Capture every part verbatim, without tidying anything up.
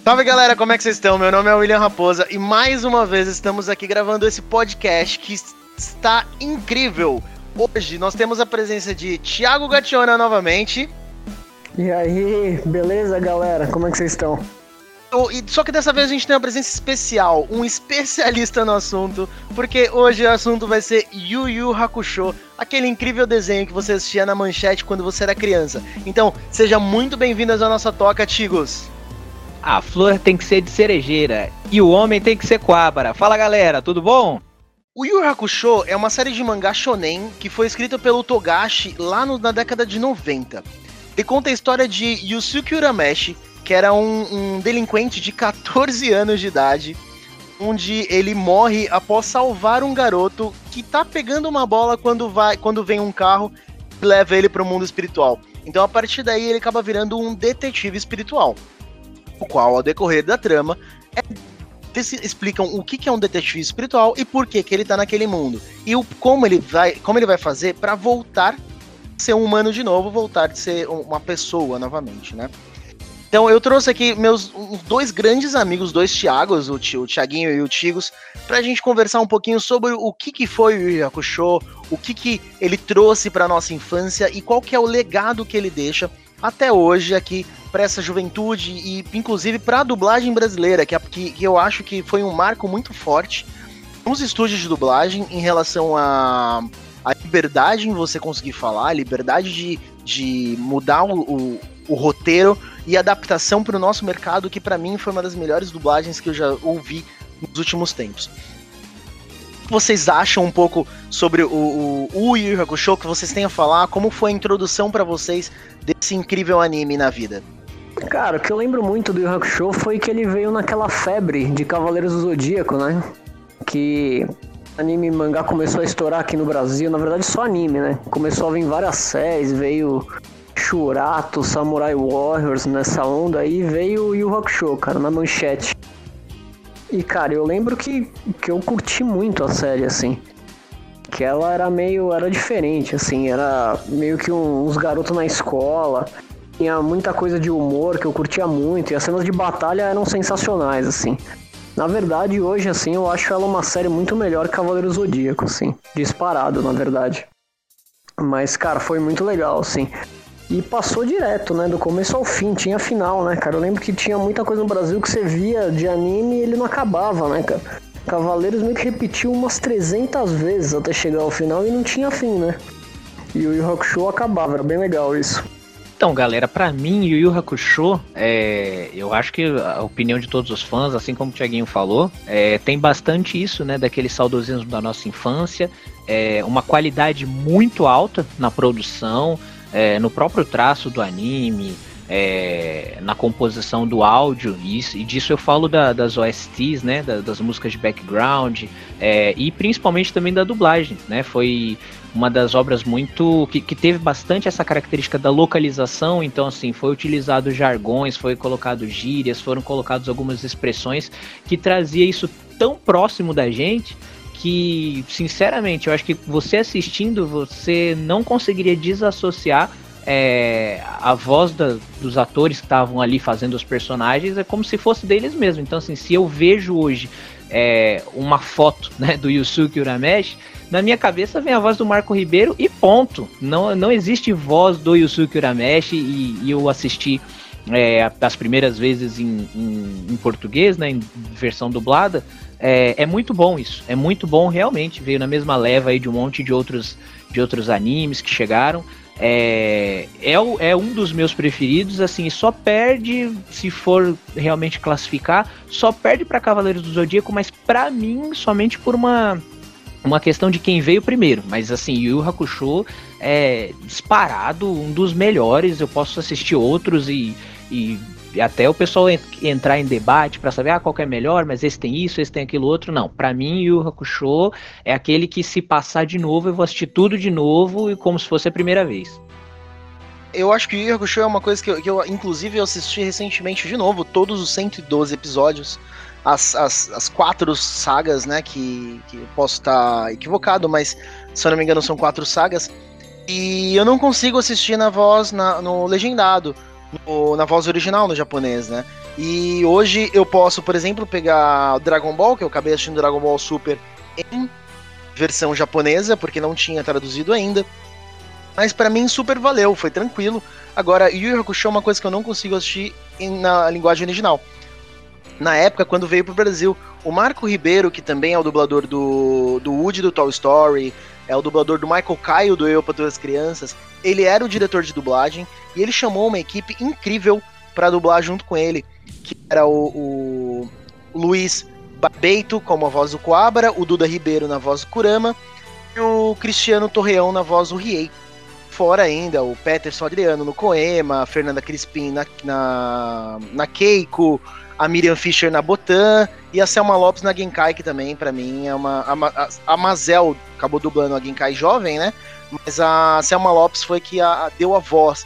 Salve galera, como é que vocês estão? Meu nome é William Raposa e mais uma vez estamos aqui gravando esse podcast que está incrível. Hoje nós temos a presença de Thiago Gationa novamente. E aí, beleza galera? Como é que vocês estão? Só que dessa vez a gente tem uma presença especial, um especialista no assunto, porque hoje o assunto vai ser Yu Yu Hakusho, aquele incrível desenho que você assistia na manchete quando você era criança. Então, sejam muito bem-vindos à nossa toca, Tigos. A flor tem que ser de cerejeira e o homem tem que ser coabra. Fala galera, tudo bom? O Yu Yu Hakusho é uma série de mangá shonen que foi escrita pelo Togashi lá no, na década de noventa. Ele conta a história de Yusuke Urameshi, que era um, um delinquente de catorze anos de idade, onde ele morre após salvar um garoto que tá pegando uma bola quando, vai, quando vem um carro e leva ele para o mundo espiritual. Então, a partir daí, ele acaba virando um detetive espiritual, o qual, ao decorrer da trama, é, explicam o que, que é um detetive espiritual e por que, que ele tá naquele mundo. E o, como, ele vai, como ele vai fazer para voltar a ser um humano de novo, voltar a ser uma pessoa novamente, né? Então eu trouxe aqui meus dois grandes amigos, dois Thiagos, o, o Thiaguinho e o Tigos, pra gente conversar um pouquinho sobre o que, que foi o Yu Yu Hakusho, o que, que ele trouxe pra nossa infância e qual que é o legado que ele deixa até hoje aqui pra essa juventude e inclusive pra dublagem brasileira, que, que, que eu acho que foi um marco muito forte nos estúdios de dublagem em relação a, a liberdade em você conseguir falar, a liberdade de, de mudar o, o, o roteiro e adaptação para o nosso mercado, que para mim foi uma das melhores dublagens que eu já ouvi nos últimos tempos. O que vocês acham um pouco sobre o, o, o Yu Yu Hakusho, que vocês têm a falar? Como foi a introdução para vocês desse incrível anime na vida? Cara, o que eu lembro muito do Yu Yu Hakusho foi que ele veio naquela febre de Cavaleiros do Zodíaco, né? Que anime e mangá começou a estourar aqui no Brasil, na verdade só anime, né? Começou a vir várias séries, veio Shurato, Samurai Warriors, nessa onda aí, veio o Yu Yu Hakusho, cara, na manchete. E, cara, eu lembro que, que eu curti muito a série, assim. Que ela era meio, era diferente, assim, era meio que um, uns garotos na escola. Tinha muita coisa de humor que eu curtia muito, e as cenas de batalha eram sensacionais, assim. Na verdade, hoje, assim, eu acho ela uma série muito melhor que Cavaleiro Zodíaco, assim. Disparado, na verdade. Mas, cara, foi muito legal, assim. E passou direto, né? Do começo ao fim, tinha final, né, cara? Eu lembro que tinha muita coisa no Brasil que você via de anime e ele não acabava, né, cara? Cavaleiros meio que repetiu umas trezentas vezes até chegar ao final e não tinha fim, né? E o Yu Yu Hakusho acabava, era bem legal isso. Então, galera, pra mim, Yu Yu Hakusho, é, eu acho que a opinião de todos os fãs, assim como o Thiaguinho falou, é, tem bastante isso, né, daquele saudosismo da nossa infância, é, uma qualidade muito alta na produção, É, no próprio traço do anime, é, na composição do áudio, e, isso, e disso eu falo da, das O S Ts, né, da, das músicas de background, é, e principalmente também da dublagem, né, foi uma das obras muito, que, que teve bastante essa característica da localização, então assim, foi utilizado jargões, foi colocado gírias, foram colocadas algumas expressões que trazia isso tão próximo da gente, que, sinceramente, eu acho que você assistindo, você não conseguiria desassociar é, a voz da, dos atores que estavam ali fazendo os personagens, é como se fosse deles mesmos. Então, assim, se eu vejo hoje é, uma foto, né, do Yusuke Urameshi, na minha cabeça vem a voz do Marco Ribeiro e ponto. Não, não existe voz do Yusuke Urameshi e, e eu assisti é, as primeiras vezes em, em, em português, né, em versão dublada. É, é muito bom isso, é muito bom realmente, veio na mesma leva aí de um monte de outros, de outros animes que chegaram, é, é, o, é um dos meus preferidos, assim, só perde, se for realmente classificar, só perde para Cavaleiros do Zodíaco, mas pra mim, somente por uma, uma questão de quem veio primeiro, mas assim, Yu Yu Hakusho é disparado, um dos melhores, eu posso assistir outros e... e até o pessoal entrar em debate para saber ah, qual que é melhor, mas esse tem isso, esse tem aquilo outro. Não, para mim Yu Yu Hakusho é aquele que se passar de novo eu vou assistir tudo de novo e como se fosse a primeira vez. Eu acho que o Yu Yu Hakusho é uma coisa que eu, que eu inclusive eu assisti recentemente de novo, todos os cento e doze episódios, as, as, as quatro sagas, né, que, que eu posso estar equivocado, mas se eu não me engano são quatro sagas, e eu não consigo assistir na voz, na, no legendado, no, na voz original no japonês, né? E hoje eu posso, por exemplo, pegar o Dragon Ball, que eu acabei assistindo Dragon Ball Super em versão japonesa, porque não tinha traduzido ainda. Mas pra mim super valeu, foi tranquilo. Agora, Yu Yu Hakusho é uma coisa que eu não consigo assistir em, na linguagem original. Na época, quando veio pro Brasil, o Marco Ribeiro, que também é o dublador do, do Woody do Toy Story, é o dublador do Michael Caio do Eu, Patroa das Crianças, ele era o diretor de dublagem, e ele chamou uma equipe incrível pra dublar junto com ele, que era o, o Luiz Barbeito como a voz do Coabra, o Duda Ribeiro na voz do Kurama, e o Cristiano Torreão na voz do Riei. Fora ainda o Peterson Adriano no Koema, a Fernanda Crispim na, na, na Keiko, a Miriam Fischer na Botan e a Selma Lopes na Genkai, que também, pra mim, é uma... A, a Mazel acabou dublando a Genkai jovem, né? Mas a Selma Lopes foi que a, a deu a voz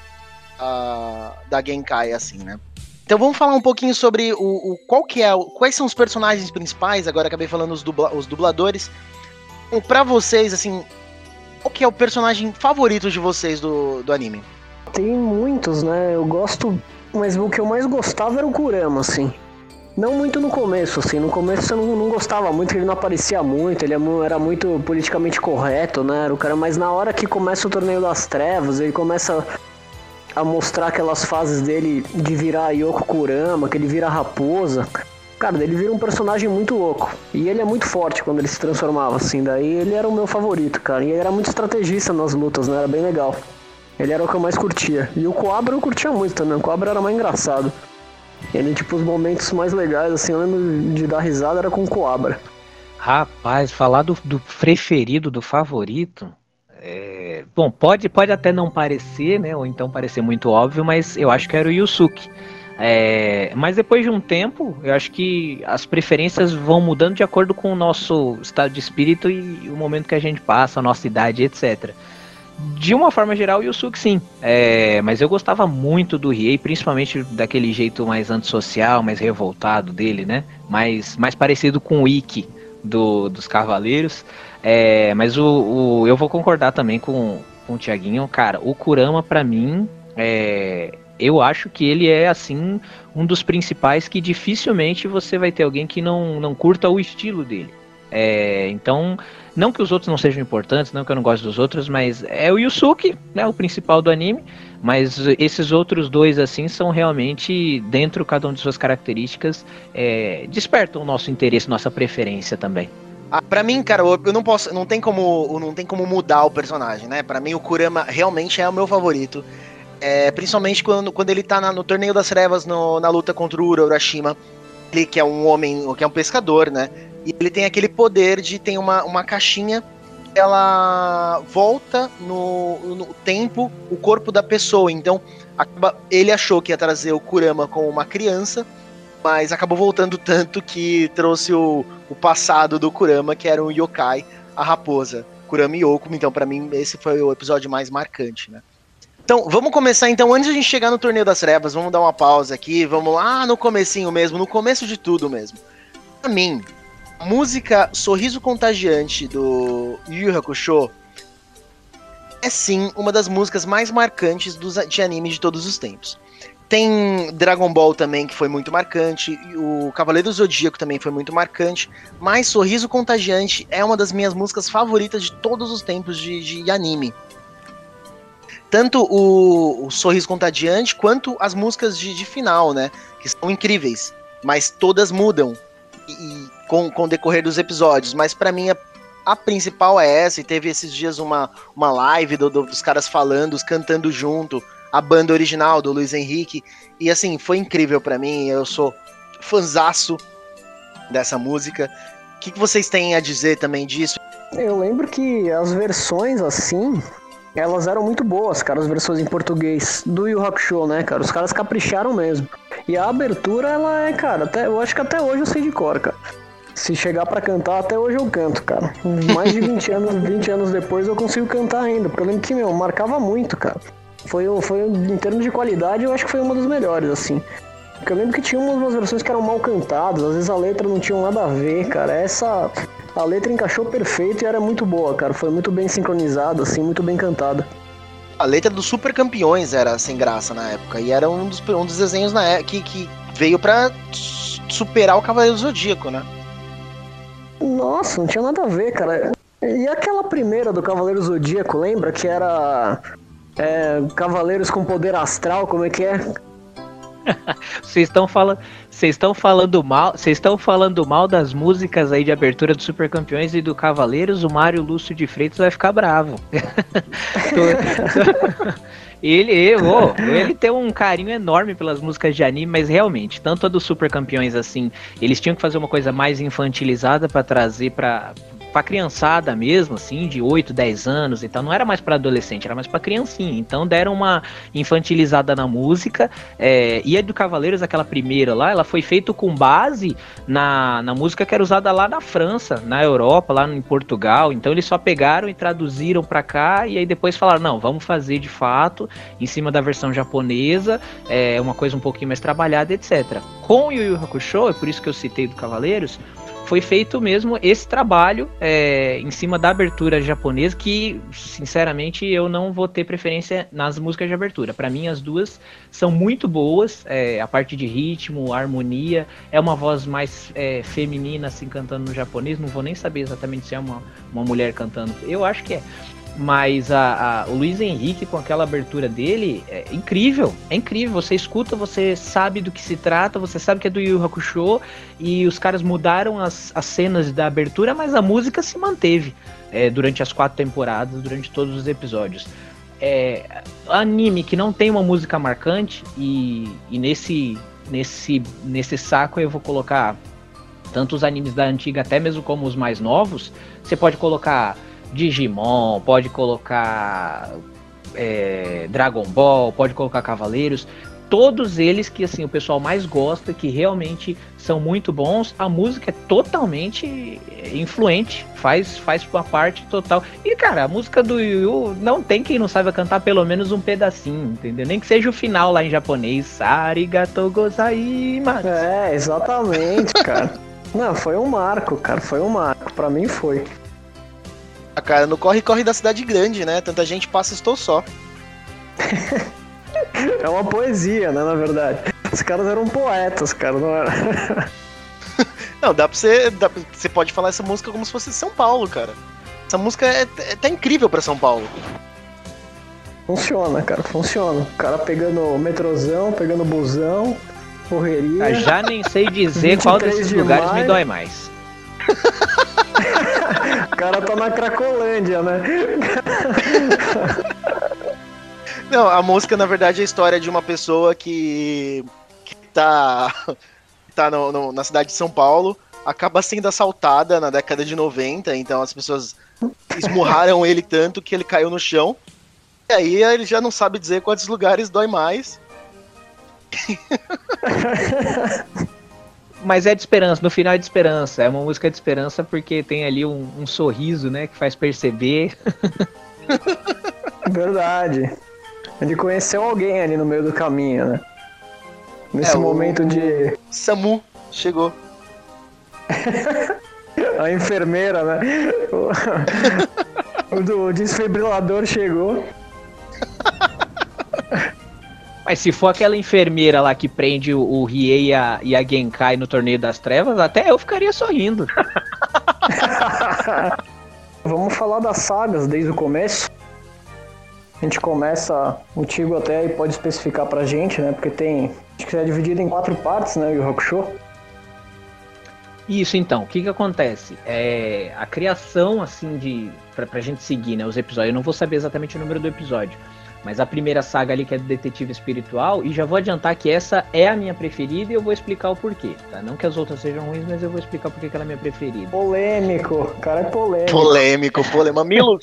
a, da Genkai, assim, né? Então vamos falar um pouquinho sobre o, o qual que é, o, quais são os personagens principais, agora acabei falando os, dubla, os dubladores. Então, pra vocês, assim, qual que é o personagem favorito de vocês do, do anime? Tem muitos, né? Eu gosto, mas o que eu mais gostava era o Kurama, assim. Não muito no começo, assim. No começo eu não, não gostava muito, ele não aparecia muito, ele era muito politicamente correto, né? Era o cara, mas na hora que começa o Torneio das Trevas, ele começa a mostrar aquelas fases dele de virar Yoko Kurama, que ele vira raposa. Cara, ele vira um personagem muito louco. E ele é muito forte quando ele se transformava, assim. Daí ele era o meu favorito, cara. E ele era muito estrategista nas lutas, né? Era bem legal. Ele era o que eu mais curtia. E o Coabra eu curtia muito também. O Coabra era mais engraçado. Ele, tipo, os momentos mais legais, assim, eu lembro de dar risada, era com o Coabra. Rapaz, falar do, do preferido, do favorito... É... Bom, pode, pode até não parecer, né? Ou então parecer muito óbvio, mas eu acho que era o Yusuke. É, mas depois de um tempo, eu acho que as preferências vão mudando de acordo com o nosso estado de espírito e o momento que a gente passa, a nossa idade, etcétera. De uma forma geral, o Yusuke sim, é, mas eu gostava muito do Riei, principalmente daquele jeito mais antissocial, mais revoltado dele, né? Mais, mais parecido com o Ikki do, dos Cavaleiros. É, mas o, o, eu vou concordar também com, com o Thiaguinho. Cara, o Kurama pra mim é... Eu acho que ele é, assim, um dos principais que dificilmente você vai ter alguém que não, não curta o estilo dele. É, então, não que os outros não sejam importantes, não que eu não goste dos outros, mas é o Yusuke, né, o principal do anime, mas esses outros dois, assim, são realmente, dentro cada um de suas características, é, despertam o nosso interesse, nossa preferência também. Ah, pra mim, cara, eu não posso, não tem como, não tem como mudar o personagem, né? Pra mim, o Kurama realmente é o meu favorito. É, principalmente quando, quando ele tá na, no Torneio das Trevas, no, na luta contra o Ura Urashima, ele que é um homem, que é um pescador, né? E ele tem aquele poder de ter uma, uma caixinha, ela volta no, no tempo o corpo da pessoa. Então, acaba, ele achou que ia trazer o Kurama como uma criança, mas acabou voltando tanto que trouxe o, o passado do Kurama, que era o yokai, a raposa, Kurama Yoko. Então, pra mim, esse foi o episódio mais marcante, né? Então, vamos começar, então, antes de a gente chegar no Torneio das Trevas, vamos dar uma pausa aqui, vamos lá no comecinho mesmo, no começo de tudo mesmo. Pra mim, a música Sorriso Contagiante do Yu Yu Hakusho é, sim, uma das músicas mais marcantes dos, de anime de todos os tempos. Tem Dragon Ball também, que foi muito marcante, o Cavaleiro do Zodíaco também foi muito marcante, mas Sorriso Contagiante é uma das minhas músicas favoritas de todos os tempos de, de anime. Tanto o, o Sorriso Contagiante, quanto as músicas de, de final, né? Que são incríveis, mas todas mudam e, e com, com o decorrer dos episódios. Mas pra mim, a, a principal é essa, e teve esses dias uma, uma live do, do, dos caras falando, cantando junto, a banda original do Luiz Henrique, e assim, foi incrível pra mim, eu sou fanzaço dessa música. O que, que vocês têm a dizer também disso? Eu lembro que as versões, assim... elas eram muito boas, cara, as versões em português do Yu Yu Hakusho, né, cara? Os caras capricharam mesmo. E a abertura, ela é, cara, até, eu acho que até hoje eu sei de cor, cara. Se chegar pra cantar, até hoje eu canto, cara. Mais de vinte anos, vinte anos depois eu consigo cantar ainda, porque eu lembro que, meu, marcava muito, cara. Foi, foi, em termos de qualidade, eu acho que foi uma das melhores, assim. Porque eu lembro que tinha umas versões que eram mal cantadas, às vezes a letra não tinha nada a ver, cara. Essa... a letra encaixou perfeito e era muito boa, cara. Foi muito bem sincronizada, assim, muito bem cantada. A letra dos Super Campeões era sem graça na época. E era um dos, um dos desenhos na época que, que veio pra superar o Cavaleiro do Zodíaco, né? Nossa, não tinha nada a ver, cara. E aquela primeira do Cavaleiro Zodíaco, lembra? Que era é, Cavaleiros com Poder Astral, como é que é? Vocês estão falando, vocês estão falando mal, vocês estão falando mal das músicas aí de abertura do Super Campeões e do Cavaleiros. O Mário Lúcio de Freitas vai ficar bravo. Ele, ele, oh, ele tem um carinho enorme pelas músicas de anime, mas realmente, tanto a dos Super Campeões assim, eles tinham que fazer uma coisa mais infantilizada pra trazer pra, pra criançada mesmo, assim, de oito, dez anos, então não era mais pra adolescente, era mais pra criancinha, então deram uma infantilizada na música, é, e a do Cavaleiros, aquela primeira lá, ela foi feita com base na, na música que era usada lá na França, na Europa, lá em Portugal, então eles só pegaram e traduziram pra cá, e aí depois falaram, não, vamos fazer de fato em cima da versão japonesa, é uma coisa um pouquinho mais trabalhada, etcétera. Com Yu Yu Hakusho, é por isso que eu citei do Cavaleiros, foi feito mesmo esse trabalho é, em cima da abertura japonesa, que, sinceramente, eu não vou ter preferência nas músicas de abertura. Para mim, as duas são muito boas, é, a parte de ritmo, harmonia, é uma voz mais é, feminina, assim, cantando no japonês, não vou nem saber exatamente se é uma, uma mulher cantando, eu acho que é. Mas a, a, o Luiz Henrique, com aquela abertura dele, é incrível, é incrível, você escuta, você sabe do que se trata, você sabe que é do Yu Yu Hakusho, e os caras mudaram as, as cenas da abertura, mas a música se manteve é, durante as quatro temporadas, durante todos os episódios. É, anime que não tem uma música marcante, e, e nesse, nesse, nesse saco eu vou colocar tanto os animes da antiga, até mesmo como os mais novos, você pode colocar Digimon, pode colocar é, Dragon Ball, pode colocar Cavaleiros, todos eles que assim o pessoal mais gosta, que realmente são muito bons, a música é totalmente influente, faz, faz uma parte total. E cara, a música do Yu Yu não tem quem não saiba cantar pelo menos um pedacinho, entendeu? Nem que seja o final lá em japonês, Arigatou gozaimasu. É, exatamente, cara. Não, foi um marco, cara, foi um marco, pra mim foi. Ah, cara, no corre-corre da cidade grande, né? Tanta gente passa, estou só. É uma poesia, né, na verdade. Os caras eram poetas, cara, não era? Não, dá pra você... Dá, você pode falar essa música como se fosse São Paulo, cara. Essa música é, é tá incrível pra São Paulo. Funciona, cara, funciona. O cara pegando o metrozão, pegando o busão, correria... Eu já nem sei dizer qual desses de lugares maio. Me dói mais. O cara tá na Cracolândia, né? Não, a música, na verdade, é a história de uma pessoa que, que tá, tá no, no, na cidade de São Paulo, acaba sendo assaltada na década de noventa, então as pessoas esmurraram ele tanto que ele caiu no chão, e aí ele já não sabe dizer quantos lugares dói mais. Mas é de esperança, no final é de esperança, é uma música de esperança porque tem ali um, um sorriso, né, que faz perceber. Verdade. Ele conheceu alguém ali no meio do caminho, né? Nesse é, momento o, de... Samu chegou. A enfermeira, né? O, o desfibrilador chegou. Mas se for aquela enfermeira lá que prende o, o Riei e a, e a Genkai no Torneio das Trevas, até eu ficaria sorrindo. Vamos falar das sagas desde o começo. A gente começa, o Tigo até aí pode especificar pra gente, né? Porque tem, acho que é dividido em quatro partes, né? O Yu Hakusho. Isso, então, o que que acontece? É, a criação, assim, de pra, pra gente seguir, né, os episódios, eu não vou saber exatamente o número do episódio, mas a primeira saga ali que é do Detetive Espiritual, e já vou adiantar que essa é a minha preferida e eu vou explicar o porquê, tá? Não que as outras sejam ruins, mas eu vou explicar porque que ela é a minha preferida. Polêmico, o cara é polêmico. Polêmico, polêmico, mamilo.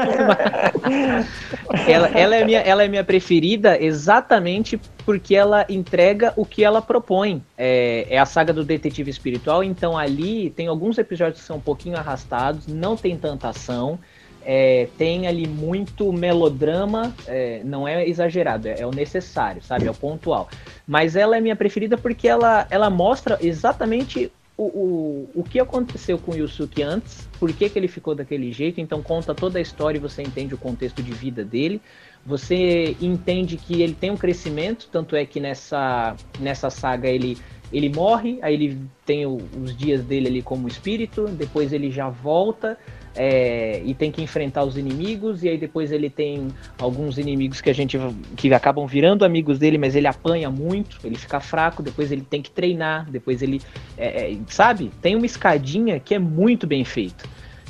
ela, ela, é minha, ela é minha preferida exatamente porque ela entrega o que ela propõe. É, é a saga do Detetive Espiritual, então ali tem alguns episódios que são um pouquinho arrastados, não tem tanta ação, É, tem ali muito melodrama, é, não é exagerado, é, é o necessário, sabe? É o pontual. Mas ela é minha preferida porque ela, ela mostra exatamente o, o, o que aconteceu com o Yusuke antes, por que, que ele ficou daquele jeito, então conta toda a história e você entende o contexto de vida dele. você entende que ele tem um crescimento, tanto é que nessa, nessa saga ele, ele morre, aí ele tem o, os dias dele ali como espírito, depois ele já volta é, e tem que enfrentar os inimigos, e aí depois ele tem alguns inimigos que a gente que acabam virando amigos dele, mas ele apanha muito, ele fica fraco, depois ele tem que treinar, depois ele, é, é, sabe? Tem uma escadinha que é muito bem feita.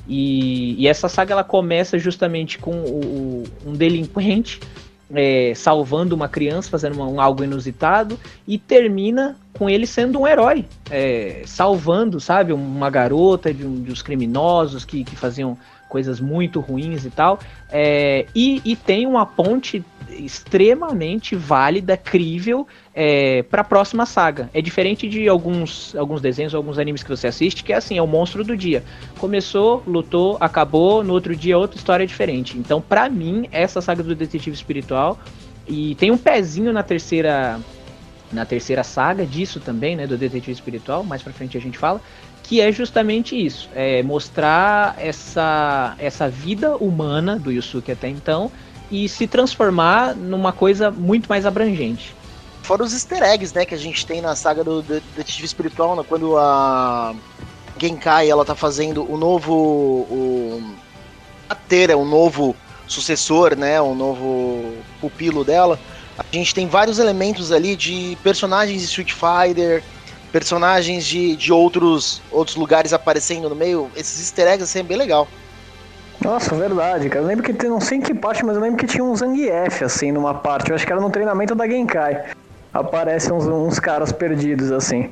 E, e essa saga ela começa justamente com o, o, um delinquente é, salvando uma criança, fazendo uma, um algo inusitado, e termina com ele sendo um herói, é, salvando, sabe, uma garota de, um, de uns criminosos que, que faziam coisas muito ruins e tal, é, e, e tem uma ponte extremamente válida, crível, é, para a próxima saga. É diferente de alguns, alguns desenhos, alguns animes que você assiste, que é assim, é o monstro do dia. Começou, lutou, acabou, no outro dia outra história diferente. Então, para mim, essa saga do Detetive Espiritual, e tem um pezinho na terceira, na terceira saga disso também, né, do Detetive Espiritual, mais pra frente a gente fala, que é justamente isso, é mostrar essa, essa vida humana do Yusuke até então e se transformar numa coisa muito mais abrangente. Fora os easter eggs, né, que a gente tem na saga do Detetive Espiritual, né, quando a Genkai, ela tá fazendo o novo, o, a Tera, o novo sucessor, né, o novo pupilo dela, a gente tem vários elementos ali de personagens de Street Fighter, personagens de, de outros, outros lugares aparecendo no meio. Esses easter eggs assim é bem legal. Nossa, verdade, cara. Eu lembro que tem, não sei em que parte, mas eu lembro que tinha um Zangief, assim, numa parte. Eu acho que era no treinamento da Genkai. Aparecem uns, uns caras perdidos, assim.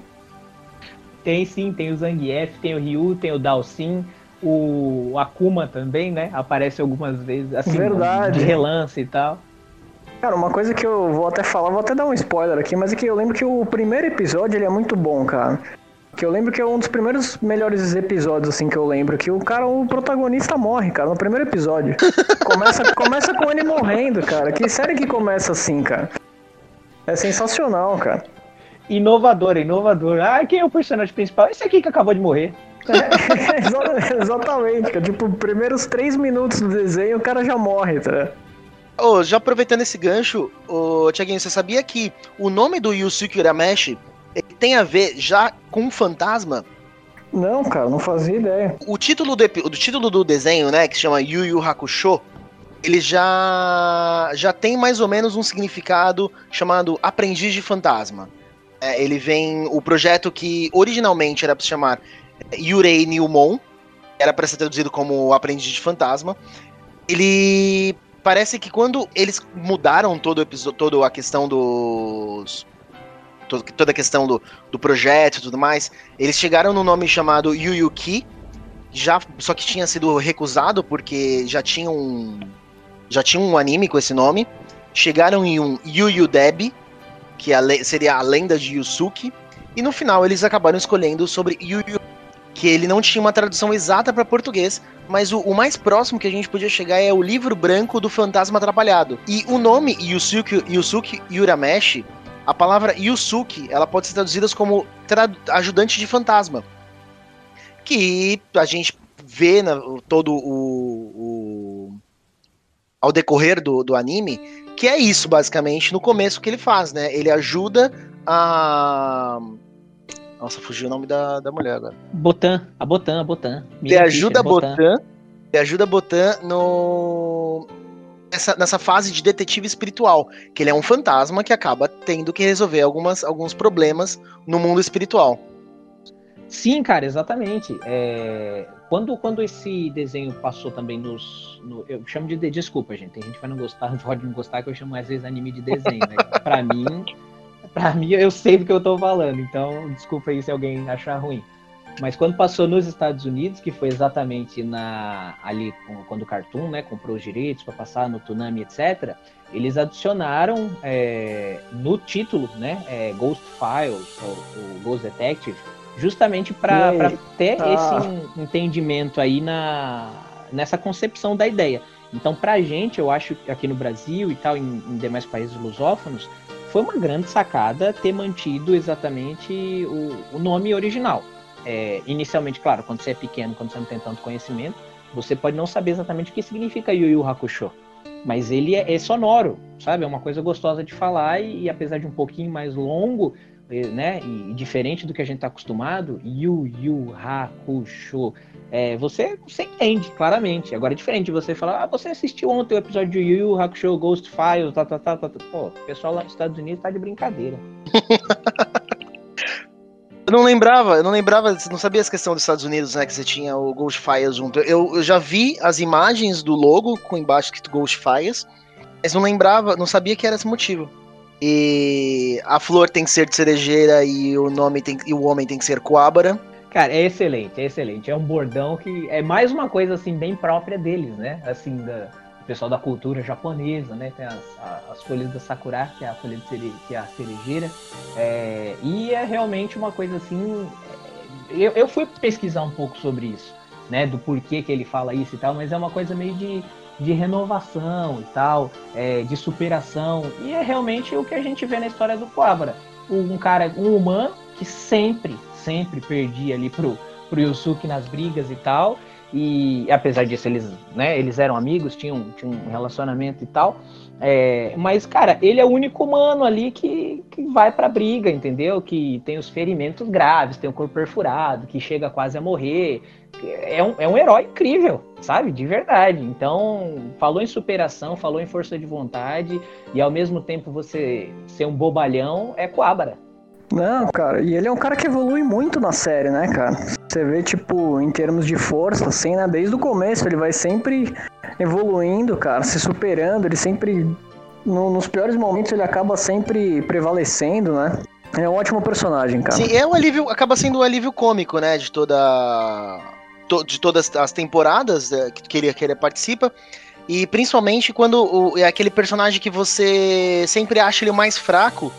Tem sim, tem o Zangief, tem o Ryu, tem o Dalsin, o Akuma também, né? Aparece algumas vezes, assim, verdade. De relance e tal. Cara, uma coisa que eu vou até falar, vou até dar um spoiler aqui, mas é que eu lembro que o primeiro episódio, ele é muito bom, cara. Que eu lembro que é um dos primeiros melhores episódios, assim, que eu lembro, que o cara, o protagonista morre, cara, no primeiro episódio. Começa, começa com ele morrendo, cara. Que série que começa assim, cara? É sensacional, cara. Inovador, inovador. Ah, quem é o personagem principal? Esse aqui que acabou de morrer. É, exatamente, cara. Tipo, primeiros três minutos do desenho, o cara já morre, tá? Oh, já aproveitando esse gancho, oh, Thiaguinho, você sabia que o nome do Yusuke Urameshi tem a ver já com um fantasma? Não, cara, não fazia ideia. O título do, o título do desenho, né, que se chama Yu Yu Hakusho, ele já, já tem mais ou menos um significado chamado Aprendiz de Fantasma. É, ele vem, o projeto que originalmente era para se chamar Yurei Newmon, era para ser traduzido como Aprendiz de Fantasma, ele... Parece que quando eles mudaram todo o episódio, toda a questão dos... Todo, toda a questão do, do projeto e tudo mais, eles chegaram no nome chamado Yu Yu Ki, já, só que tinha sido recusado porque já tinha um... Já tinha um anime com esse nome. Chegaram em um Yu Yu Debi, que a, seria a lenda de Yusuke, e no final eles acabaram escolhendo sobre Yu Yu, que ele não tinha uma tradução exata para português, mas o, o mais próximo que a gente podia chegar é o Livro Branco do Fantasma Atrapalhado. E o nome Yusuke, Yusuke Urameshi, a palavra Yusuke, ela pode ser traduzida como ajudante de fantasma. Que a gente vê na, todo o, o... ao decorrer do, do anime, que é isso, basicamente, no começo que ele faz, né? Ele ajuda a... Nossa, fugiu o nome da, da mulher agora. Botan, a Botan, a Botan. Ele ajuda a Botan, ele ajuda a Botan no... nessa, nessa fase de detetive espiritual, que ele é um fantasma que acaba tendo que resolver algumas, alguns problemas no mundo espiritual. Sim, cara, exatamente. É... Quando, quando esse desenho passou também nos... No... Eu chamo de... Desculpa, gente, tem gente que vai não gostar, pode não gostar, que eu chamo às vezes anime de desenho, né? Pra mim... Pra mim, eu sei do que eu tô falando, então desculpa aí se alguém achar ruim. Mas quando passou nos Estados Unidos, que foi exatamente na, ali quando o Cartoon, né, comprou os direitos para passar no Toonami, etcétera, eles adicionaram é, no título, né, é, Ghost Files, ou, ou Ghost Detective, justamente para ter ah. esse entendimento aí na, nessa concepção da ideia. Então, pra gente, eu acho que aqui no Brasil e tal, em, em demais países lusófonos, foi uma grande sacada ter mantido exatamente o, o nome original. É, inicialmente, claro, quando você é pequeno, quando você não tem tanto conhecimento, você pode não saber exatamente o que significa Yu Yu Hakusho. mas ele é, é sonoro, sabe? É uma coisa gostosa de falar e, e apesar de um pouquinho mais longo, né, e diferente do que a gente está acostumado, Yu Yu Hakusho, é, você, você entende claramente. Agora é diferente de você falar, ah, você assistiu ontem o episódio de Yu Yu Hakusho, Ghost Files, tá, tá, tá, tá, tá. Pô, o pessoal lá nos Estados Unidos tá de brincadeira. Eu não lembrava, eu não lembrava, não sabia essa questão dos Estados Unidos, né, que você tinha o Ghostfire junto. Eu, eu já vi as imagens do logo com embaixo escrito Ghostfire, mas não lembrava, não sabia que era esse motivo. E a flor tem que ser de cerejeira e o nome tem, e o homem tem que ser Kuwabara. Cara, é excelente, é excelente. É um bordão que é mais uma coisa assim bem própria deles, né? Assim, da, do pessoal da cultura japonesa, né? Tem as, as folhas da sakura, que é a folha de cere, que é a cerejeira. É, e é realmente uma coisa assim. Eu, eu fui pesquisar um pouco sobre isso, né? Do porquê que ele fala isso e tal, mas é uma coisa meio de de renovação e tal, é, de superação, e é realmente o que a gente vê na história do Kuwabara. Um cara, um humano que sempre, sempre perdia ali pro, pro Yusuke nas brigas e tal, e apesar disso eles, né, eles eram amigos, tinham, tinham um relacionamento e tal, é, mas, cara, ele é o único humano ali que, que vai pra briga, entendeu? Que tem os ferimentos graves, tem o corpo perfurado, que chega quase a morrer. É um, é um herói incrível, sabe? De verdade. Então, falou em superação, falou em força de vontade, e ao mesmo tempo você ser um bobalhão, é Kuwabara. Não, cara, e ele é um cara que evolui muito na série, né, cara? Você vê, tipo, em termos de força, assim, né? Desde o começo, ele vai sempre evoluindo, cara, se superando, ele sempre... No, nos piores momentos, ele acaba sempre prevalecendo, né? É um ótimo personagem, cara. Sim, é um alívio, acaba sendo um alívio cômico, né, de toda... de todas as temporadas que ele, que ele participa, e principalmente quando o, é aquele personagem que você sempre acha ele o mais fraco,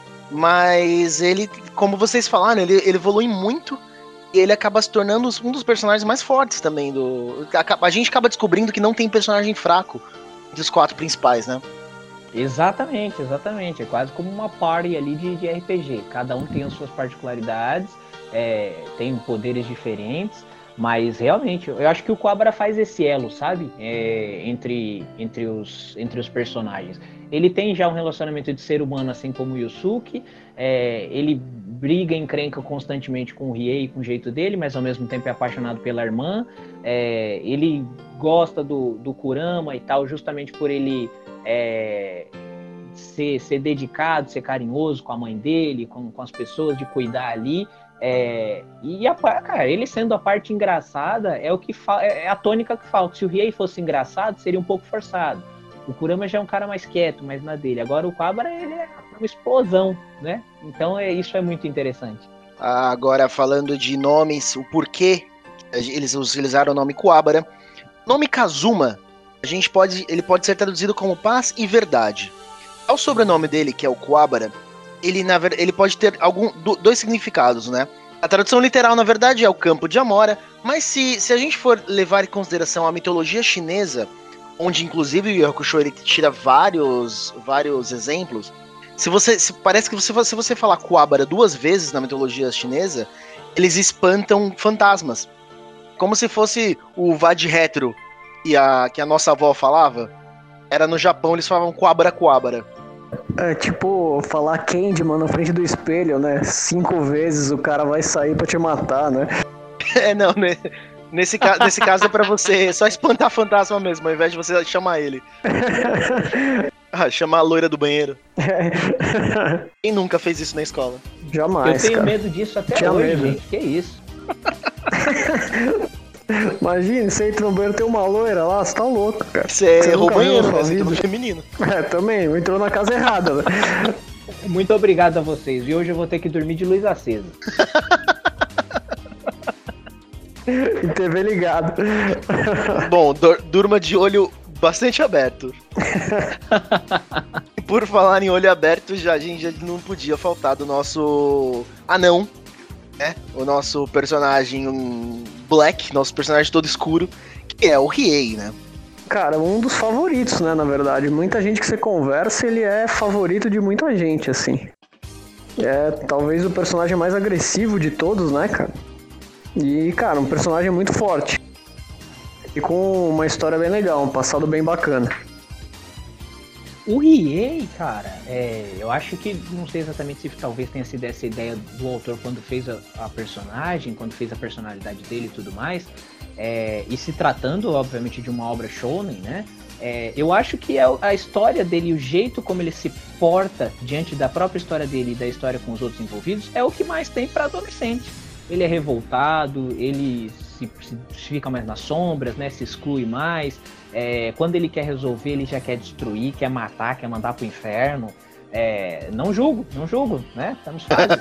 mas ele, como vocês falaram, ele, ele evolui muito e ele acaba se tornando um dos personagens mais fortes também. Do, a, a gente acaba descobrindo que não tem personagem fraco dos quatro principais, né? Exatamente, exatamente. É quase como uma party ali de, de R P G. Cada um tem as suas particularidades, é, tem poderes diferentes. Mas realmente, eu acho que o Kuwabara faz esse elo, sabe? É, entre, entre, os, entre os personagens. Ele tem já um relacionamento de ser humano, assim como o Yusuke. É, ele briga e encrenca constantemente com o Riei, com o jeito dele, mas ao mesmo tempo é apaixonado pela irmã. É, ele gosta do, do Kurama e tal, justamente por ele é, ser, ser dedicado, ser carinhoso com a mãe dele, com, com as pessoas, de cuidar ali. É, e a, cara, ele sendo a parte engraçada é o que fa- é a tônica que falta. Se o Riei fosse engraçado, seria um pouco forçado. O Kurama já é um cara mais quieto, mais na dele. Agora o Kuwabara, ele é uma explosão, né? Então é, isso é muito interessante. Agora, falando de nomes, o porquê eles utilizaram o nome Kuwabara. O nome Kazuma, a gente pode, ele pode ser traduzido como paz e verdade. O sobrenome dele, que é o Kuwabara, ele, na ver... ele pode ter algum... dois significados, né? A tradução literal, na verdade, é o campo de Amora, mas se, se a gente for levar em consideração a mitologia chinesa, onde inclusive o Yu Yu Hakusho ele tira vários, vários exemplos, se você, se, parece que você, se você falar Kuwabara duas vezes na mitologia chinesa, eles espantam fantasmas. Como se fosse o Vadretro que a, que a nossa avó falava. Era no Japão, eles falavam Kuwabara Kuwabara. É tipo falar Candyman na frente do espelho, né? Cinco vezes o cara vai sair pra te matar, né? É, não, né? Nesse, ca- nesse caso é pra você só espantar fantasma mesmo, ao invés de você chamar ele. Ah, chamar a loira do banheiro. Quem nunca fez isso na escola? Jamais, Eu tenho cara. medo disso até Tinha hoje, medo. gente. Que isso? Imagina, você entra no banheiro, tem uma loira lá, você tá louco, cara. Você errou o nunca viu banheiro, na né? sua Você entrou no vida? feminino. É, também, entrou na casa errada, né? Muito obrigado a vocês. E hoje eu vou ter que dormir de luz acesa. E T V ligado. Bom, dur- durma de olho bastante aberto. Por falar em olho aberto, já, a gente já não podia faltar do nosso anão, né? O nosso personagem um Black, nosso personagem todo escuro, que é o Riei, né? Cara, um dos favoritos, né, na verdade. Muita gente que você conversa, ele é favorito de muita gente, assim. É talvez o personagem mais agressivo de todos, né, cara? E, cara, um personagem muito forte. E com uma história bem legal, um passado bem bacana. O Riei, cara, é, eu acho que, não sei exatamente se talvez tenha sido essa ideia do autor quando fez a, a personagem, quando fez a personalidade dele e tudo mais, é, e se tratando, obviamente, de uma obra shonen, né, é, eu acho que a, a história dele, o jeito como ele se porta diante da própria história dele e da história com os outros envolvidos, é o que mais tem para adolescente. Ele é revoltado, ele se, se fica mais nas sombras, né, se exclui mais. É, quando ele quer resolver, ele já quer destruir, quer matar, quer mandar pro inferno. É, não julgo, não julgo, né? Estamos fáceis.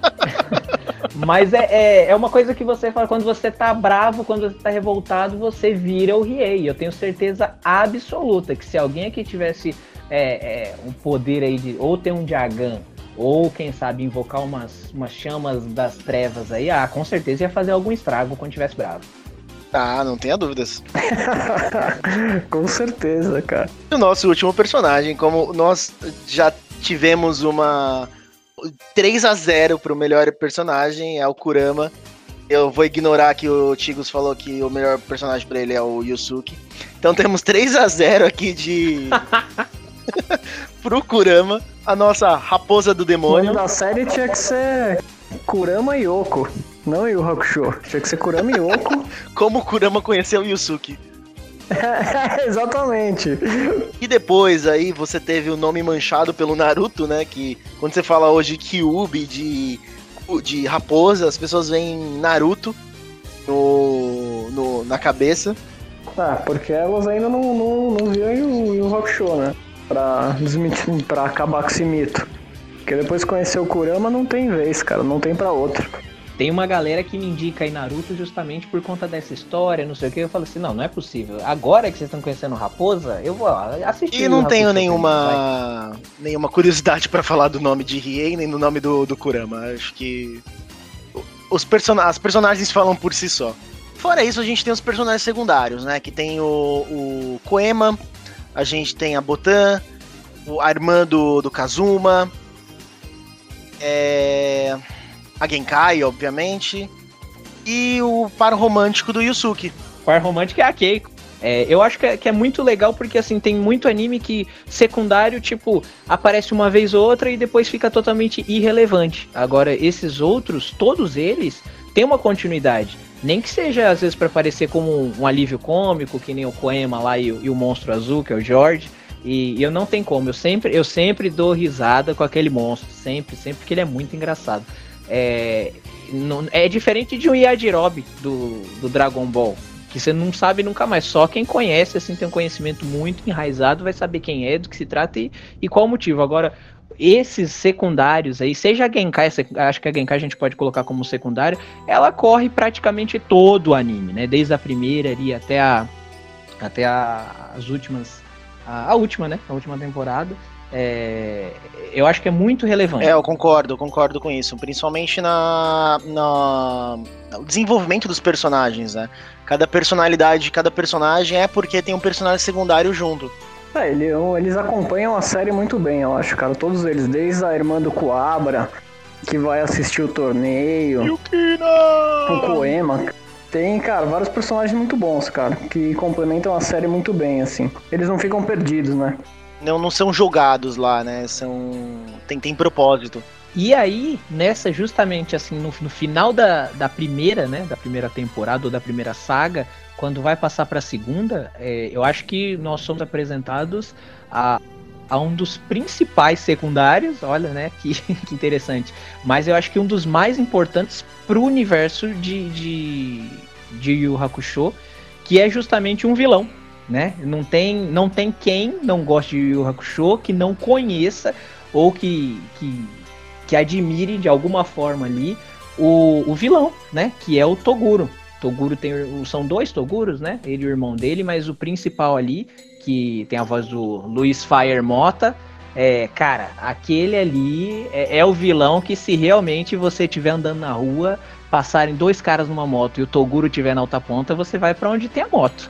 Mas é, é, é uma coisa que você fala, quando você tá bravo, quando você tá revoltado, você vira o Riei. Eu tenho certeza absoluta que se alguém aqui tivesse é, é, um poder aí de ou ter um Jagan, ou quem sabe invocar umas, umas chamas das trevas aí, ah, com certeza ia fazer algum estrago quando tivesse bravo. Ah, não tenha dúvidas. Com certeza, cara. O nosso último personagem, como nós já tivemos uma três a zero pro melhor personagem, é o Kurama. Eu vou ignorar que o Tigos falou que o melhor personagem pra ele é o Yusuke. Então temos três a zero aqui de... pro Kurama, a nossa raposa do demônio. O nome da série tinha que ser Kurama Yoko, não Yu Hakusho. Tinha que ser Kurama Yoko. Como o Kurama conheceu o Yusuke. É, exatamente. E depois aí você teve o nome manchado pelo Naruto, né? Que quando você fala hoje de Kyuubi, de, de raposa, as pessoas veem Naruto no, no, na cabeça. Ah, porque elas ainda não, não, não viram o Yu Hakusho, né? Pra, desmentir, pra acabar com esse mito. Porque depois que conhecer o Kurama não tem vez, cara, não tem pra outro. Tem uma galera que me indica aí Naruto justamente por conta dessa história, não sei o que. Eu falo assim, não, não é possível. Agora que vocês estão conhecendo Raposa, eu vou assistir. E não tenho nenhuma nenhuma curiosidade pra falar do nome de Riei, nem do nome do, do Kurama. Acho que os person- as personagens falam por si só. Fora isso, a gente tem os personagens secundários, né? Que tem o, o Koema, a gente tem a Botan, a irmã do, do Kazuma, é... a Genkai, obviamente, e o par romântico do Yusuke. O par romântico é a Keiko. É, eu acho que é, que é muito legal porque, assim, tem muito anime que secundário, tipo, aparece uma vez ou outra e depois fica totalmente irrelevante. Agora, esses outros, todos eles, têm uma continuidade. Nem que seja, às vezes, para aparecer como um, um alívio cômico, que nem o Koema lá e, e o Monstro Azul, que é o George. E, e eu não tenho como, eu sempre, eu sempre dou risada com aquele monstro. Sempre, sempre, porque ele é muito engraçado. É, não, é diferente de um Yajirobe do, do Dragon Ball, que você não sabe nunca mais. Só quem conhece, assim, tem um conhecimento muito enraizado, vai saber quem é, do que se trata e, e qual o motivo. Agora, esses secundários aí, seja a Genkai, acho que a Genkai a gente pode colocar como secundária, ela corre praticamente todo o anime, né? Desde a primeira ali até, a, até a, as últimas, a, a última, né? A última temporada. É, eu acho que é muito relevante. É, eu concordo, eu concordo com isso. Principalmente na, na no desenvolvimento dos personagens, né? Cada personalidade de cada personagem é porque tem um personagem secundário junto. É, ele, eles acompanham a série muito bem, eu acho, cara. Todos eles, desde a irmã do Kuwabara, que vai assistir o torneio, Yukina! o Koema. Tem, cara, vários personagens muito bons, cara, que complementam a série muito bem, assim. Eles não ficam perdidos, né? Não, não são jogados lá, né? São... Tem, tem propósito. E aí, nessa, justamente assim, no, no final da, da primeira, né? Da primeira temporada ou da primeira saga, quando vai passar para a segunda, é, eu acho que nós somos apresentados a, a um dos principais secundários, olha, né? Que, que interessante. Mas eu acho que um dos mais importantes pro universo de, de, de Yu Hakusho, que é justamente um vilão. Né? Não tem, não tem quem não goste de Yu Yu Hakusho, que não conheça ou que, que, que admire de alguma forma ali o, o vilão, né? Que é o Toguro. Toguro tem, são dois Toguros, né? Ele e o irmão dele, mas o principal ali, que tem a voz do Luiz Fire Mota, é, cara, aquele ali é, é o vilão que, se realmente você estiver andando na rua, passarem dois caras numa moto e o Toguro estiver na outra ponta, você vai pra onde tem a moto.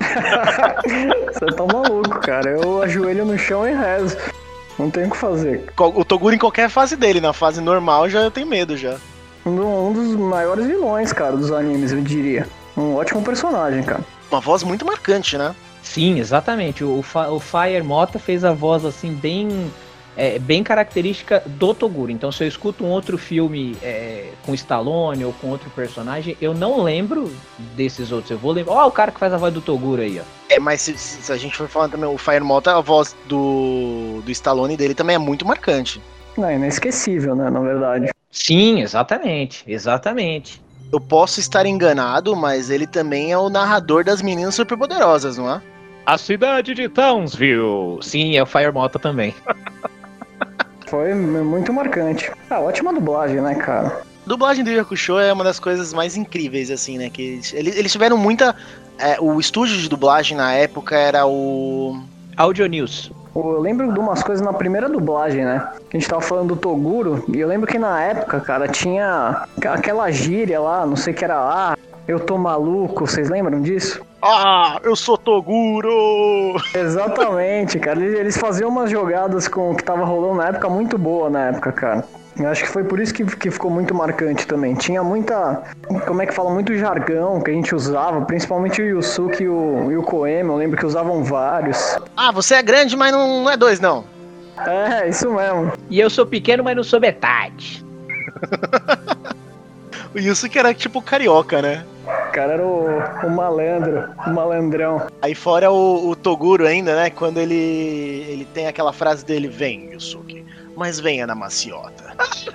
Você tá maluco, cara. Eu ajoelho no chão e rezo. Não tem o que fazer. O Toguro em qualquer fase dele, na fase normal já eu tenho medo já. Um, um dos maiores vilões, cara, dos animes, eu diria. Um ótimo personagem, cara. Uma voz muito marcante, né? Sim, exatamente. O, o Fire Mota fez a voz assim bem, é, bem característica do Toguro. Então, se eu escuto um outro filme é, com Stallone ou com outro personagem, eu não lembro desses outros. Eu vou lembrar. Ó, oh, o cara que faz a voz do Toguro aí, ó. É, mas se, se a gente for falar também, o Fire Mota, a voz do, do Stallone dele também é muito marcante. Não, é inesquecível, né, na verdade. Sim, exatamente, exatamente. Eu posso estar enganado, mas ele também é o narrador das Meninas Superpoderosas, não é? A cidade de Townsville. Sim, é o Fire Mota também. Foi muito marcante. Ah, ótima dublagem, né, cara? A dublagem do Yu Hakusho é uma das coisas mais incríveis, assim, né? Que eles, eles tiveram muita... É, o estúdio de dublagem na época era o... Audio News. Eu lembro de umas coisas na primeira dublagem, né? A gente tava falando do Toguro, e eu lembro que na época, cara, tinha aquela gíria lá, não sei o que era lá, eu tô maluco, vocês lembram disso? Ah, eu sou Toguro! Exatamente, cara. Eles faziam umas jogadas com o que tava rolando na época muito boa na época, cara. Eu acho que foi por isso que, que ficou muito marcante também. Tinha muita, como é que fala, muito jargão que a gente usava, principalmente o Yusuke e o, e o Koema, eu lembro que usavam vários. Ah, você é grande, mas não, não é dois, não. É, isso mesmo. E eu sou pequeno, mas não sou metade. O Yusuke era tipo carioca, né? O cara era o, o malandro, o malandrão. Aí fora o, o Toguro ainda, né? Quando ele, ele tem aquela frase dele, vem, Yusuke, mas venha na maciota.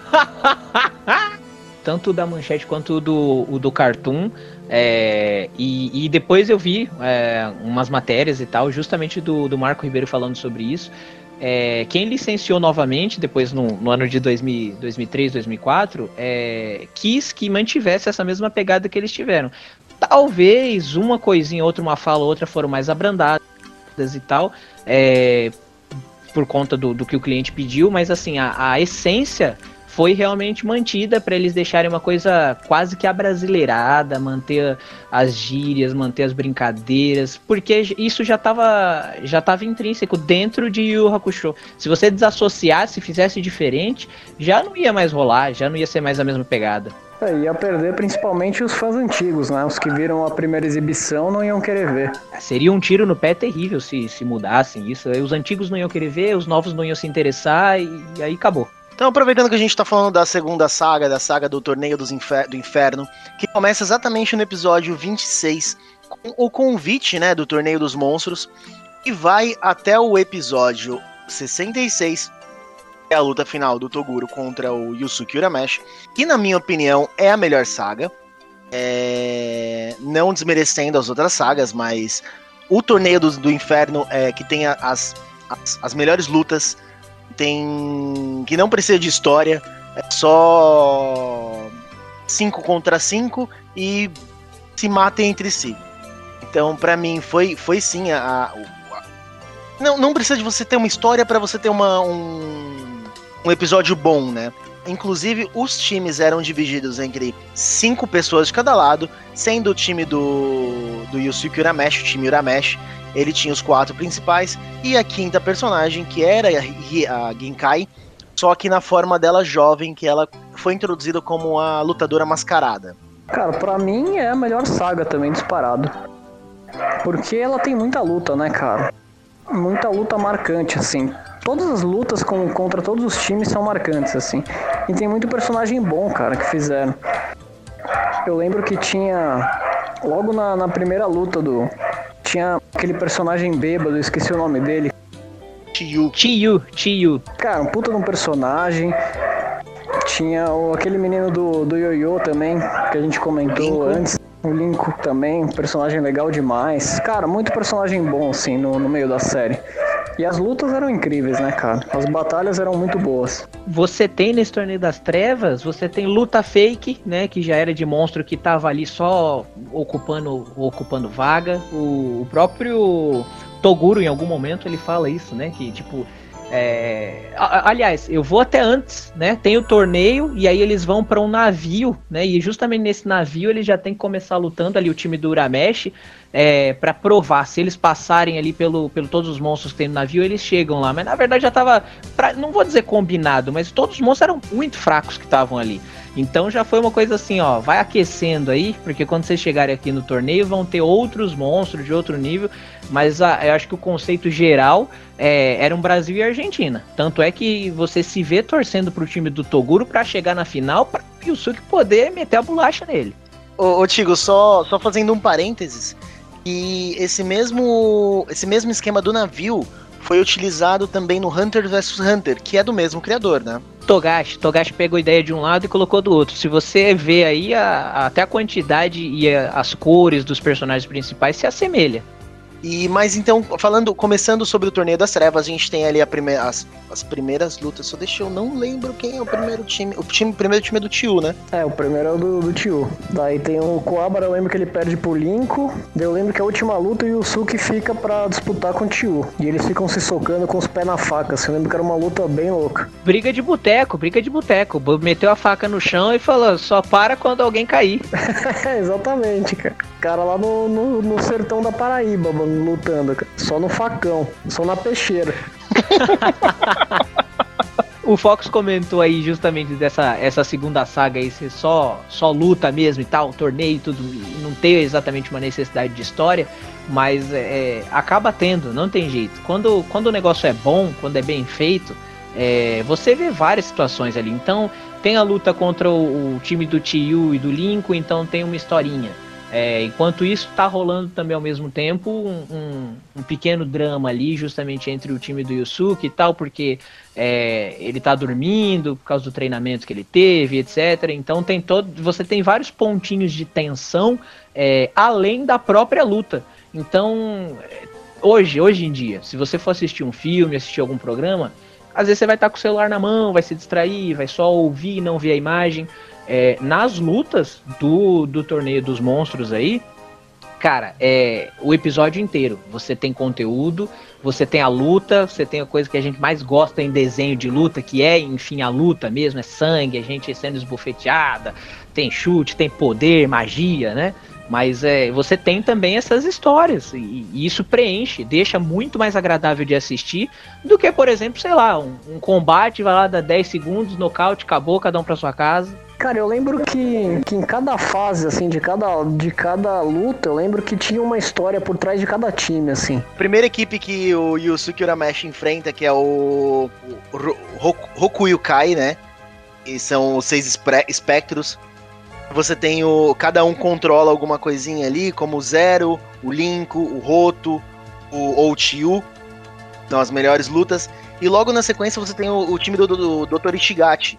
Tanto o da Manchete quanto o do, o do Cartoon. É, e, e depois eu vi é, umas matérias e tal, justamente do, do Marco Ribeiro falando sobre isso. É, quem licenciou novamente, depois no, no ano de dois mil, dois mil e três, dois mil e quatro, é, quis que mantivesse essa mesma pegada que eles tiveram. Talvez uma coisinha, outra, uma fala, outra foram mais abrandadas e tal, é, por conta do, do que o cliente pediu, mas assim, a, a essência foi realmente mantida para eles deixarem uma coisa quase que abrasileirada, manter as gírias, manter as brincadeiras, porque isso já estava já tava intrínseco dentro de Yu Yu Hakusho. Se você desassociasse, fizesse diferente, já não ia mais rolar, já não ia ser mais a mesma pegada. É, ia perder principalmente os fãs antigos, né? Os que viram a primeira exibição não iam querer ver. Seria um tiro no pé terrível se, se mudassem isso. Os antigos não iam querer ver, os novos não iam se interessar e, e aí acabou. Então, aproveitando que a gente tá falando da segunda saga, da saga do Torneio dos Infer- do Inferno, que começa exatamente no episódio vinte e seis, com o convite, né, do Torneio dos Monstros, e vai até o episódio sessenta e seis, que é a luta final do Toguro contra o Yusuke Urameshi, que na minha opinião é a melhor saga, é... não desmerecendo as outras sagas, mas o Torneio do, do Inferno é que tem as, as, as melhores lutas, tem que não precisa de história, é só cinco contra cinco e se matem entre si. Então, pra mim, foi, foi sim a, a, a... Não, não precisa de você ter uma história pra você ter uma, um, um episódio bom, né? Inclusive, os times eram divididos entre cinco pessoas de cada lado, sendo o time do, do Yusuke Urameshi, o time Urameshi, ele tinha os quatro principais, e a quinta personagem, que era a Genkai, só que na forma dela jovem, que ela foi introduzida como a lutadora mascarada. Cara, pra mim é a melhor saga também, disparado. Porque ela tem muita luta, né, cara? Muita luta marcante, assim. Todas as lutas com, contra todos os times são marcantes, assim. E tem muito personagem bom, cara, que fizeram. Eu lembro que tinha... Logo na, na primeira luta do... Tinha aquele personagem bêbado, eu esqueci o nome dele. Chiyu. Chiyu, Chiyu. Cara, um puta de um personagem. Tinha o, aquele menino do, do Yo-Yo também, que a gente comentou Linko. antes. O Linko também, um personagem legal demais. Cara, muito personagem bom, assim, no, no meio da série. E as lutas eram incríveis, né, cara? As batalhas eram muito boas. Você tem nesse Torneio das Trevas, você tem luta fake, né? Que já era de monstro que tava ali só ocupando, ocupando vaga. O, o próprio Toguro, em algum momento, ele fala isso, né? Que, tipo... É... Aliás, eu vou até antes, né? Tem o torneio e aí eles vão para um navio, né? E justamente nesse navio eles já tem que começar lutando ali o time do Urameshi é, para provar se eles passarem ali pelo, pelo todos os monstros que tem no navio, eles chegam lá. Mas na verdade já tava, pra, não vou dizer combinado, mas todos os monstros eram muito fracos que estavam ali. Então já foi uma coisa assim, ó, vai aquecendo aí, porque quando vocês chegarem aqui no torneio vão ter outros monstros de outro nível, mas a, eu acho que o conceito geral é, era um Brasil e Argentina. Tanto é que você se vê torcendo pro time do Toguro pra chegar na final, pra o Yusuke poder meter a bolacha nele. Ô, ô Tigo, só, só fazendo um parênteses, e esse mesmo, esse mesmo esquema do navio foi utilizado também no Hunter versus Hunter, que é do mesmo criador, né? Togashi, Togashi pegou a ideia de um lado e colocou do outro. Se você vê aí, a, a, até a quantidade e a, as cores dos personagens principais se assemelha. E, mas então, falando, começando sobre o Torneio das Trevas, a gente tem ali a primeira, as, as primeiras lutas. Só deixa eu não lembro quem é o primeiro time. O time, primeiro time é do Tio, né? É, o primeiro é o do, do Tio. Daí tem o Coabara, eu lembro que ele perde pro Linko. Daí eu lembro que a última luta o Yusuke fica pra disputar com o Tio. E eles ficam se socando com os pés na faca. Assim, eu lembro que era uma luta bem louca. Briga de boteco, briga de boteco. Meteu a faca no chão e falou, só para quando alguém cair. Exatamente, cara. Cara lá no, no, no sertão da Paraíba, mano, lutando, cara. Só no facão, só na peixeira. O Fox comentou aí justamente dessa essa segunda saga aí, ser só, só luta mesmo e tal, torneio e tudo, não tem exatamente uma necessidade de história, mas é, acaba tendo, não tem jeito. Quando, quando o negócio é bom, quando é bem feito, é, você vê várias situações ali. Então tem a luta contra o, o time do Tio e do Linko, então tem uma historinha. É, enquanto isso tá rolando também ao mesmo tempo um, um, um pequeno drama ali justamente entre o time do Yusuke e tal, porque é, ele tá dormindo por causa do treinamento que ele teve, etcétera. Então tem todo, você tem vários pontinhos de tensão é, além da própria luta. Então hoje, hoje em dia, se você for assistir um filme, assistir algum programa, às vezes você vai estar com o celular na mão, vai se distrair, vai só ouvir e não ver a imagem. É, nas lutas do, do Torneio dos Monstros aí, cara, é o episódio inteiro. Você tem conteúdo, você tem a luta, você tem a coisa que a gente mais gosta em desenho de luta, que é, enfim, a luta mesmo, é sangue, a gente sendo esbofeteada, tem chute, tem poder, magia, né? Mas é, você tem também essas histórias, e, e isso preenche, deixa muito mais agradável de assistir do que, por exemplo, sei lá, um, um combate, vai lá, dá dez segundos, nocaute, acabou, cada um pra sua casa. Cara, eu lembro que, que em cada fase, assim, de cada, de cada luta, eu lembro que tinha uma história por trás de cada time, assim. Primeira equipe que o Yusuke Urameshi enfrenta, que é o, o Rokuyukai, né? E são os seis espectros. Você tem o... Cada um controla alguma coisinha ali, como o Zero, o Linko, o Roto, o, ou o Tio. São as melhores lutas. E logo na sequência você tem o, o time do, do, do doutor Ishigachi.